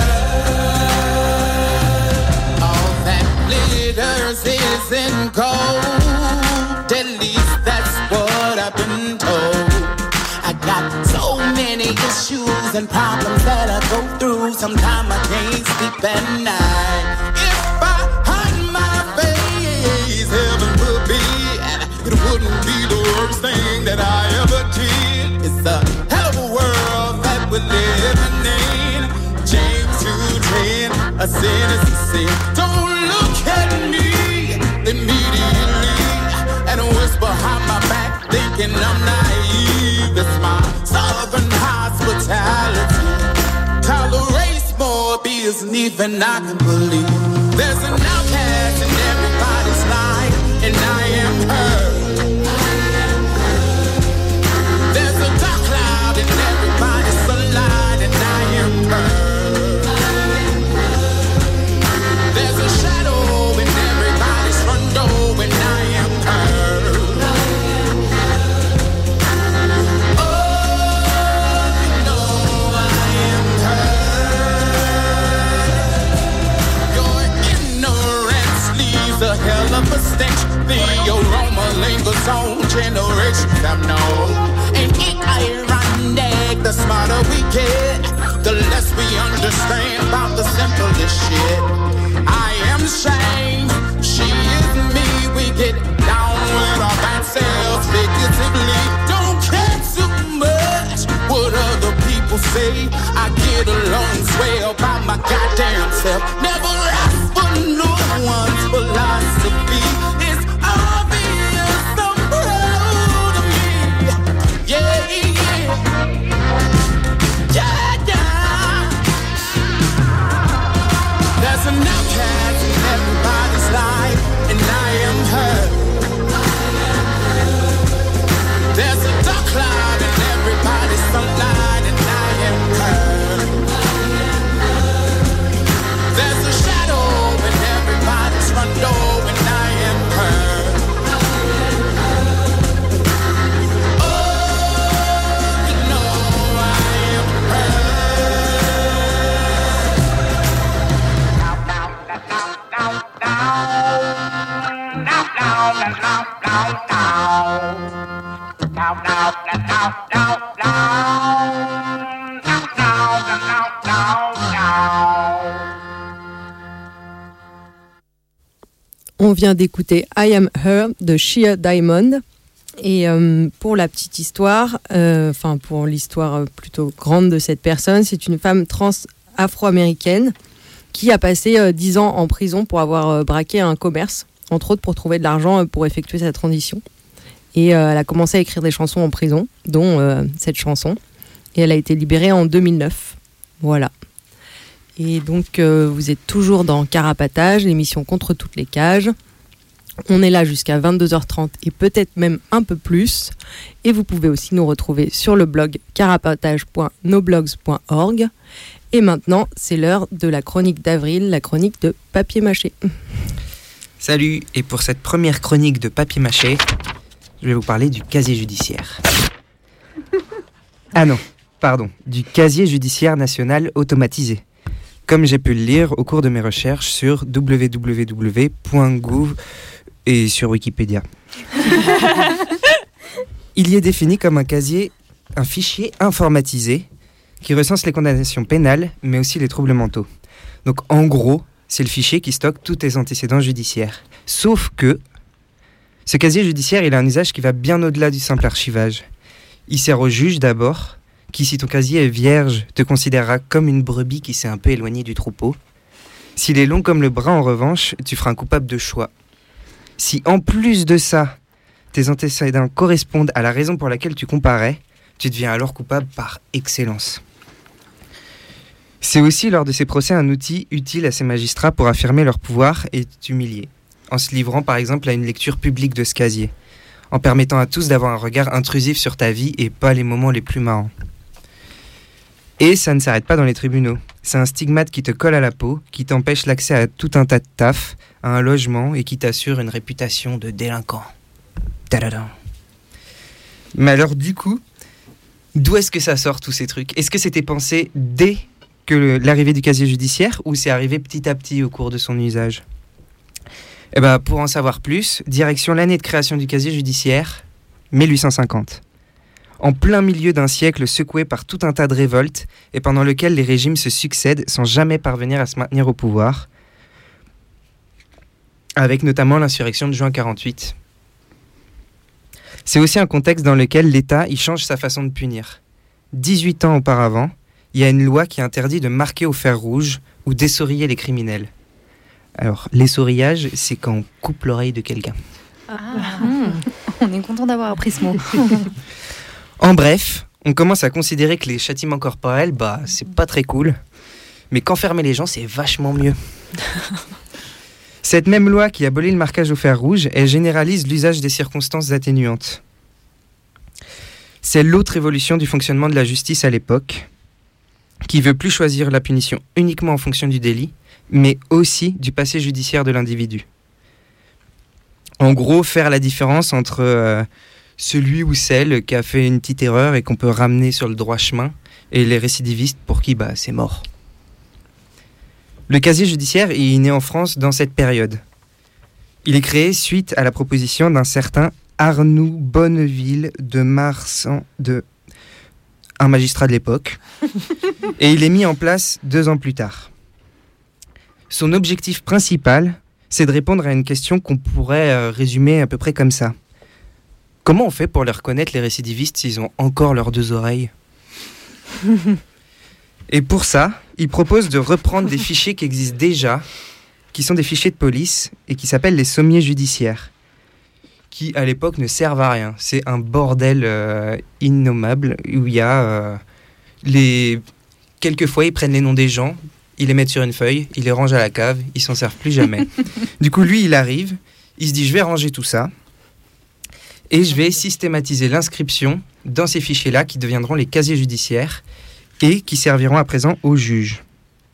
her. All that glitters isn't gold, at least that's what I've been told. I got so many issues and problems that I go through. Sometimes I can't sleep at night. If I hide my face, heaven would be, it wouldn't be the worst thing that I ever did. It's a hell of a world that we're living in. James 2:10, a sin is a sin. Don't look at me immediately and whisper behind my back, thinking I'm naive. It's my southern hospitality. Tolerates more abuse than even I can believe. There's an outcast in everybody's life, and I am her. There's a dark cloud in everybody's sunlight, and I am her. There's a shadow in everybody's front door, and I am her. Oh, you know I am her. Your ignorance leaves a hell of a stench. The aroma lingers on generations I've known. Ain't it ironic? The smarter we get, the less we understand about the simplest shit. I am ashamed, she is me. We get down with our bad selves figuratively. Don't care too much what other people say. I get along swell by my goddamn self. Never ask for no one's philosophy. It's On vient d'écouter I Am Her de Shea Diamond. Et pour la petite histoire, pour l'histoire plutôt grande de cette personne, c'est une femme trans afro-américaine qui a passé 10 ans en prison pour avoir braqué un commerce, entre autres pour trouver de l'argent pour effectuer sa transition. Et elle a commencé à écrire des chansons en prison, dont cette chanson. Et elle a été libérée en 2009. Voilà. Et donc, vous êtes toujours dans Carapatage, l'émission Contre toutes les cages. On est là jusqu'à 22h30 et peut-être même un peu plus. Et vous pouvez aussi nous retrouver sur le blog carapatage.noblogs.org. Et maintenant, c'est l'heure de la chronique d'Avril, la chronique de Papier Mâché. Salut, et pour cette première chronique de Papier Mâché, je vais vous parler du casier judiciaire. Ah non, pardon, du casier judiciaire national automatisé. Comme j'ai pu le lire au cours de mes recherches sur www.gouv et sur Wikipédia. Il y est défini comme un fichier informatisé qui recense les condamnations pénales, mais aussi les troubles mentaux. Donc en gros, c'est le fichier qui stocke tous tes antécédents judiciaires. Sauf que ce casier judiciaire, il a un usage qui va bien au-delà du simple archivage. Il sert au juge d'abord, qui, si ton casier est vierge, te considérera comme une brebis qui s'est un peu éloignée du troupeau. S'il est long comme le bras, en revanche, tu feras un coupable de choix. Si en plus de ça, tes antécédents correspondent à la raison pour laquelle tu comparais, tu deviens alors coupable par excellence. C'est aussi lors de ces procès un outil utile à ces magistrats pour affirmer leur pouvoir et t'humilier, en se livrant par exemple à une lecture publique de ce casier, en permettant à tous d'avoir un regard intrusif sur ta vie et pas les moments les plus marrants. Et ça ne s'arrête pas dans les tribunaux. C'est un stigmate qui te colle à la peau, qui t'empêche l'accès à tout un tas de taf, à un logement et qui t'assure une réputation de délinquant. Tadadam. Mais alors du coup, d'où est-ce que ça sort tous ces trucs ? Est-ce que c'était pensé dès que l'arrivée du casier judiciaire ou c'est arrivé petit à petit au cours de son usage ? Eh ben, pour en savoir plus, direction l'année de création du casier judiciaire, 1850. En plein milieu d'un siècle secoué par tout un tas de révoltes et pendant lequel les régimes se succèdent sans jamais parvenir à se maintenir au pouvoir, avec notamment l'insurrection de juin 48. C'est aussi un contexte dans lequel l'État y change sa façon de punir. 18 ans auparavant, il y a une loi qui interdit de marquer au fer rouge ou d'essoriller les criminels. Alors, l'essorillage, c'est quand on coupe l'oreille de quelqu'un. On est content d'avoir appris ce mot. En bref, on commence à considérer que les châtiments corporels, c'est pas très cool. Mais qu'enfermer les gens, c'est vachement mieux. Cette même loi qui abolit le marquage au fer rouge, elle généralise l'usage des circonstances atténuantes. C'est l'autre évolution du fonctionnement de la justice à l'époque, qui veut plus choisir la punition uniquement en fonction du délit, mais aussi du passé judiciaire de l'individu. En gros, faire la différence entre celui ou celle qui a fait une petite erreur et qu'on peut ramener sur le droit chemin, et les récidivistes pour qui c'est mort. Le casier judiciaire est né en France dans cette période. Il est créé suite à la proposition d'un certain Arnoux Bonneville de Marsan, un magistrat de l'époque, et il est mis en place 2 ans plus tard. Son objectif principal, c'est de répondre à une question qu'on pourrait résumer à peu près comme ça. Comment on fait pour les reconnaître, les récidivistes, s'ils ont encore leurs 2 oreilles ? Et pour ça, il propose de reprendre des fichiers qui existent déjà, qui sont des fichiers de police et qui s'appellent les sommiers judiciaires, qui à l'époque ne servent à rien. C'est un bordel innommable où il y a quelquefois ils prennent les noms des gens, ils les mettent sur une feuille, ils les rangent à la cave, ils s'en servent plus jamais. Du coup, lui, il arrive, il se dit je vais ranger tout ça et je vais systématiser l'inscription dans ces fichiers-là qui deviendront les casiers judiciaires et qui serviront à présent aux juges.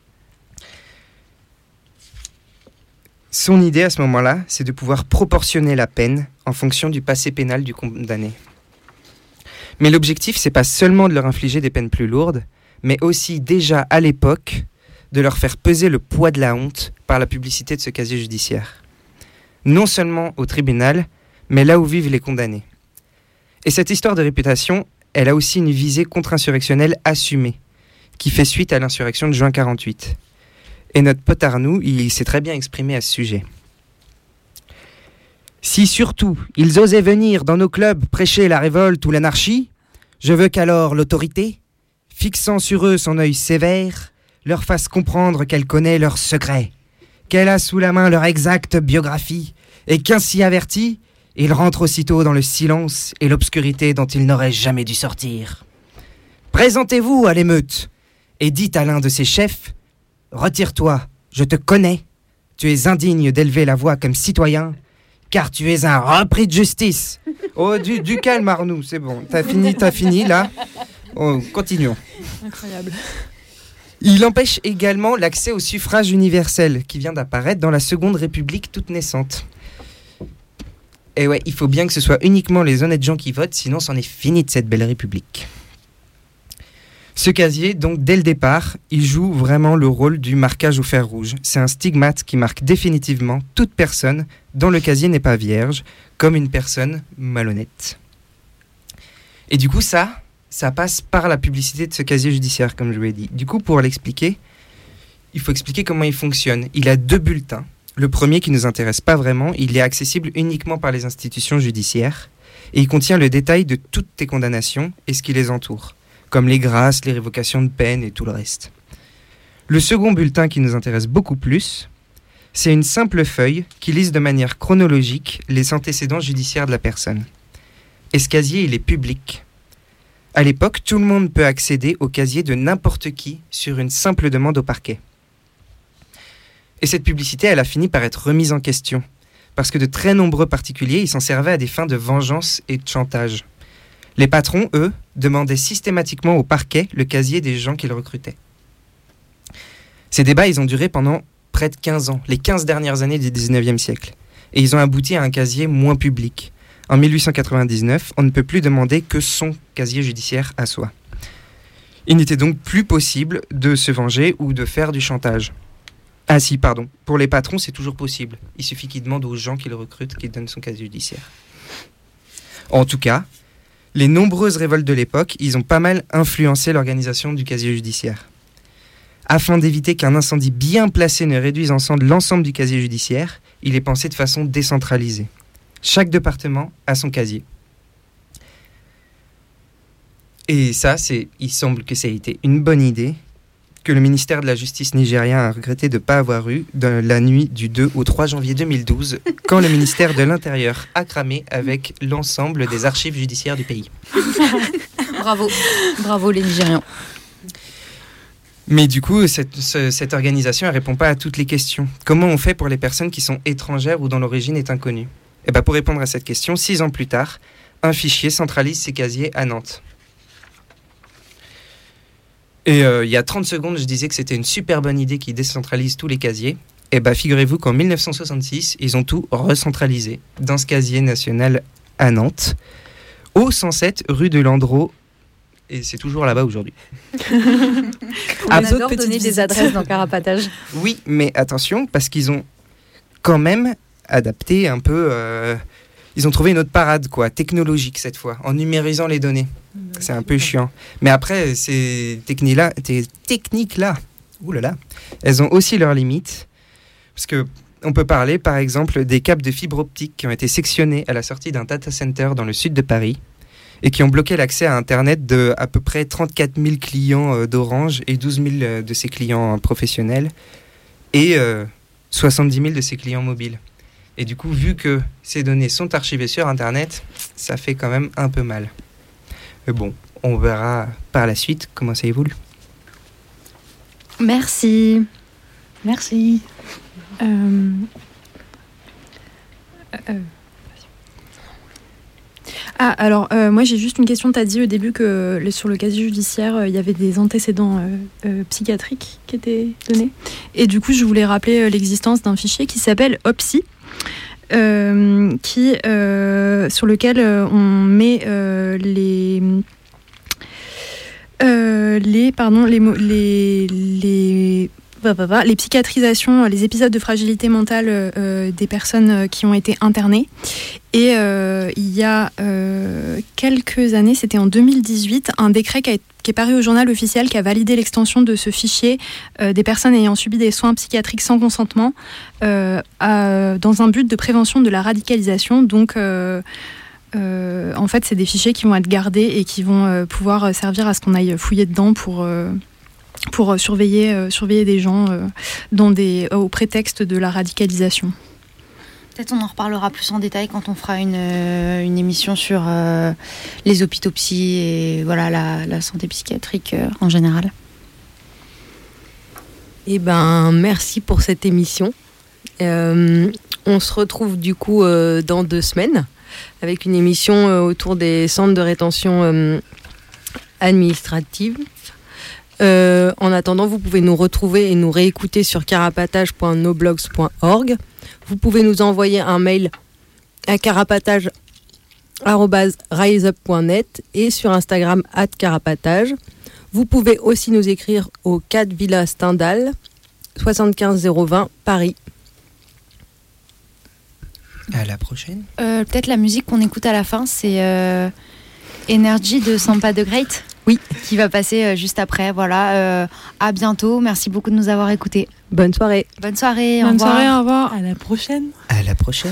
Son idée à ce moment-là, c'est de pouvoir proportionner la peine en fonction du passé pénal du condamné. Mais l'objectif, c'est pas seulement de leur infliger des peines plus lourdes, mais aussi déjà à l'époque de leur faire peser le poids de la honte par la publicité de ce casier judiciaire. Non seulement au tribunal, mais là où vivent les condamnés. Et cette histoire de réputation, elle a aussi une visée contre-insurrectionnelle assumée, qui fait suite à l'insurrection de juin 48. Et notre pote Arnoux, il s'est très bien exprimé à ce sujet. Si surtout ils osaient venir dans nos clubs prêcher la révolte ou l'anarchie, je veux qu'alors l'autorité, fixant sur eux son œil sévère, leur fasse comprendre qu'elle connaît leurs secrets, qu'elle a sous la main leur exacte biographie, et qu'ainsi avertis, ils rentrent aussitôt dans le silence et l'obscurité dont ils n'auraient jamais dû sortir. Présentez-vous à l'émeute, et dites à l'un de ses chefs, « Retire-toi, je te connais, tu es indigne d'élever la voix comme citoyen, car tu es un repris de justice. » Oh, du calme Arnoux, c'est bon, t'as fini là. Oh, continuons. Incroyable. Il empêche également l'accès au suffrage universel, qui vient d'apparaître dans la Seconde République toute naissante. Et ouais, il faut bien que ce soit uniquement les honnêtes gens qui votent, sinon c'en est fini de cette belle République. Ce casier, donc dès le départ, il joue vraiment le rôle du marquage au fer rouge. C'est un stigmate qui marque définitivement toute personne dont le casier n'est pas vierge, comme une personne malhonnête. Et du coup, ça passe par la publicité de ce casier judiciaire, comme je vous l'ai dit. Du coup, pour l'expliquer, il faut expliquer comment il fonctionne. Il a 2 bulletins. Le premier, qui ne nous intéresse pas vraiment, il est accessible uniquement par les institutions judiciaires et il contient le détail de toutes tes condamnations et ce qui les entoure, comme les grâces, les révocations de peine et tout le reste. Le second bulletin qui nous intéresse beaucoup plus, c'est une simple feuille qui liste de manière chronologique les antécédents judiciaires de la personne. Et ce casier, il est public. À l'époque, tout le monde peut accéder au casier de n'importe qui sur une simple demande au parquet. Et cette publicité, elle a fini par être remise en question, parce que de très nombreux particuliers, ils s'en servaient à des fins de vengeance et de chantage. Les patrons, eux, demandaient systématiquement au parquet le casier des gens qu'ils recrutaient. Ces débats, ils ont duré pendant près de 15 ans, les 15 dernières années du 19e siècle. Et ils ont abouti à un casier moins public. En 1899, on ne peut plus demander que son casier judiciaire à soi. Il n'était donc plus possible de se venger ou de faire du chantage. Ah si, pardon. Pour les patrons, c'est toujours possible. Il suffit qu'ils demandent aux gens qu'ils recrutent qu'ils donnent son casier judiciaire. En tout cas, les nombreuses révoltes de l'époque, ils ont pas mal influencé l'organisation du casier judiciaire. Afin d'éviter qu'un incendie bien placé ne réduise en cendres l'ensemble du casier judiciaire, il est pensé de façon décentralisée. Chaque département a son casier. Et ça, il semble que ça a été une bonne idée, que le ministère de la Justice nigérien a regretté de ne pas avoir eu dans la nuit du 2 au 3 janvier 2012, quand le ministère de l'Intérieur a cramé avec l'ensemble des archives judiciaires du pays. Bravo les Nigérians. Mais du coup, cette organisation ne répond pas à toutes les questions. Comment on fait pour les personnes qui sont étrangères ou dont l'origine est inconnue ? Et pour répondre à cette question, 6 ans plus tard, un fichier centralise ces casiers à Nantes. Et il y a 30 secondes, je disais que c'était une super bonne idée qui décentralise tous les casiers. Et figurez-vous qu'en 1966, ils ont tout recentralisé dans ce casier national à Nantes, au 107 rue de Landreau. Et c'est toujours là-bas aujourd'hui. On adore donner des adresses dans Carapatage. Oui, mais attention, parce qu'ils ont quand même adapté un peu... ils ont trouvé une autre parade, technologique cette fois, en numérisant les données. C'est un peu chiant. Mais après, ces techniques-là, elles ont aussi leurs limites. Parce qu'on peut parler, par exemple, des câbles de fibre optique qui ont été sectionnés à la sortie d'un data center dans le sud de Paris et qui ont bloqué l'accès à Internet de à peu près 34 000 clients d'Orange et 12 000 de ses clients professionnels et 70 000 de ses clients mobiles. Et du coup, vu que ces données sont archivées sur Internet, ça fait quand même un peu mal. Mais bon, on verra par la suite comment ça évolue. Merci. Merci. Moi j'ai juste une question. Tu as dit au début que sur le casier judiciaire, il y avait des antécédents psychiatriques qui étaient donnés. Et du coup, je voulais rappeler l'existence d'un fichier qui s'appelle OPSI. Sur lequel on met les psychiatrisations, les épisodes de fragilité mentale des personnes qui ont été internées. Et il y a quelques années, c'était en 2018, un décret qui est paru au journal officiel qui a validé l'extension de ce fichier des personnes ayant subi des soins psychiatriques sans consentement dans un but de prévention de la radicalisation. Donc, en fait, c'est des fichiers qui vont être gardés et qui vont pouvoir servir à ce qu'on aille fouiller dedans pour surveiller des gens au prétexte de la radicalisation. Peut-être on en reparlera plus en détail quand on fera une émission sur les hôpitaux psy et voilà, la santé psychiatrique en général. Eh ben, merci pour cette émission. On se retrouve du coup dans 2 semaines avec une émission autour des centres de rétention administrative. En attendant, vous pouvez nous retrouver et nous réécouter sur carapatage.noblogs.org. Vous pouvez nous envoyer un mail à carapatage@riseup.net et sur Instagram @carapatage. Vous pouvez aussi nous écrire au 4 Villa Stendhal, 75 020 Paris. À la prochaine. Peut-être la musique qu'on écoute à la fin, c'est Energy de Sampa de Great. Oui. Qui va passer juste après. Voilà. À bientôt. Merci beaucoup de nous avoir écoutés. Bonne soirée. Bonne soirée. Bonne soirée, au revoir. À la prochaine. À la prochaine.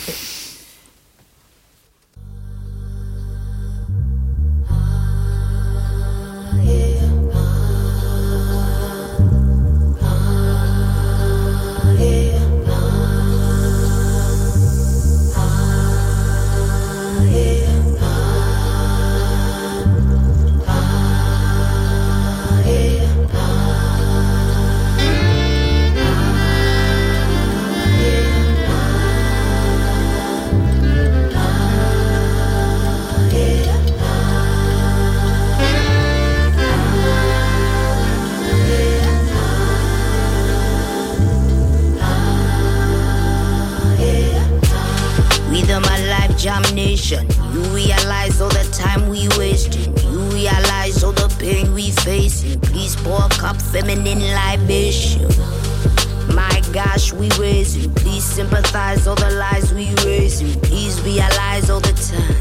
Nation. You realize all the time we wasting. You realize all the pain we facing. Please pour a cup feminine libation. My gosh, we raising. Please sympathize all the lies we raising. Please realize all the time.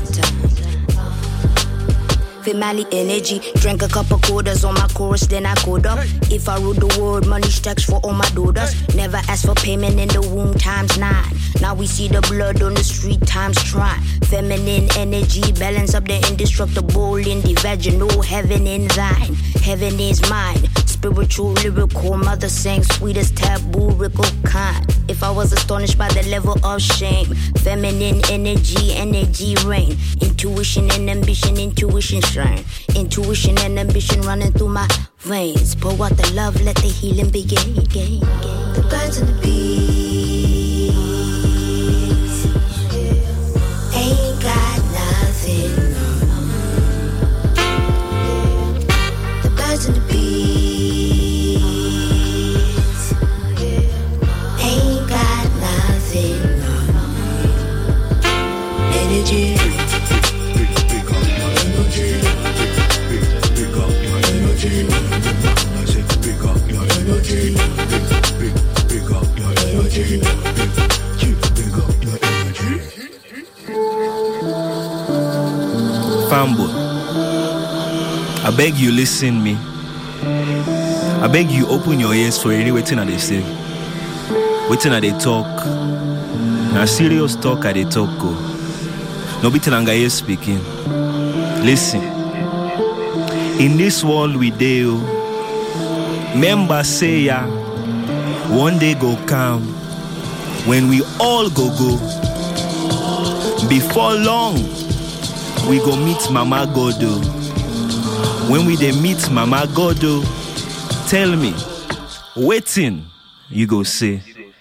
Family energy, drank a couple quarters on my chorus, then I code up. If I rule the world, money stacks for all my daughters. Never asked for payment in the womb ×9. Now we see the blood on the street times try. Feminine energy, balance up the indestructible in the vaginal. Heaven in thine, heaven is mine. Spiritual, lyrical, mother sang sweetest taboo, rickle kind. If I was astonished by the level of shame, feminine energy reign. Intuition and ambition, intuition shine. Intuition and ambition running through my veins. Pour out the love, let the healing begin. The birds and the bees ain't got nothing. The birds and the bees ain't got nothing. Energy. Fanboy, I beg you listen me. I beg you open your ears for any waiting at they say. Waiting at they talk. Now serious talk at they talk go. No be Telangaye speaking. Listen. In this world we deal. Members say ya, one day go come when we all go. Before long, we go meet Mama Godo. When we dey meet Mama Godo, tell me, waiting, you go say.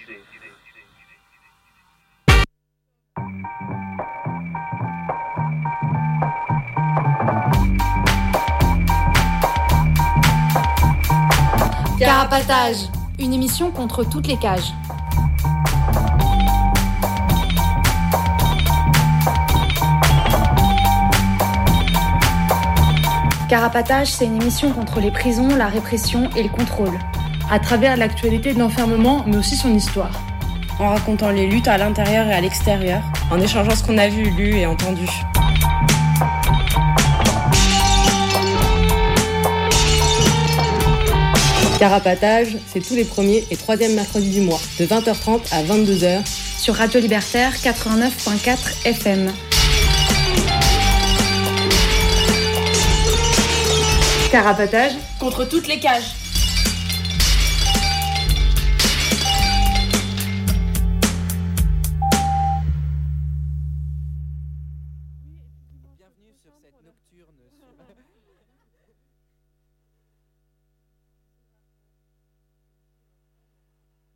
Carapatage, une émission contre toutes les cages. Carapatage, c'est une émission contre les prisons, la répression et le contrôle. à travers l'actualité de l'enfermement, mais aussi son histoire. En racontant les luttes à l'intérieur et à l'extérieur, en échangeant ce qu'on a vu, lu et entendu. Carapatage, c'est tous les premiers et troisièmes mercredis du mois, de 20h30 à 22h. Sur Radio Libertaire 89.4 FM. Carapatage contre toutes les cages.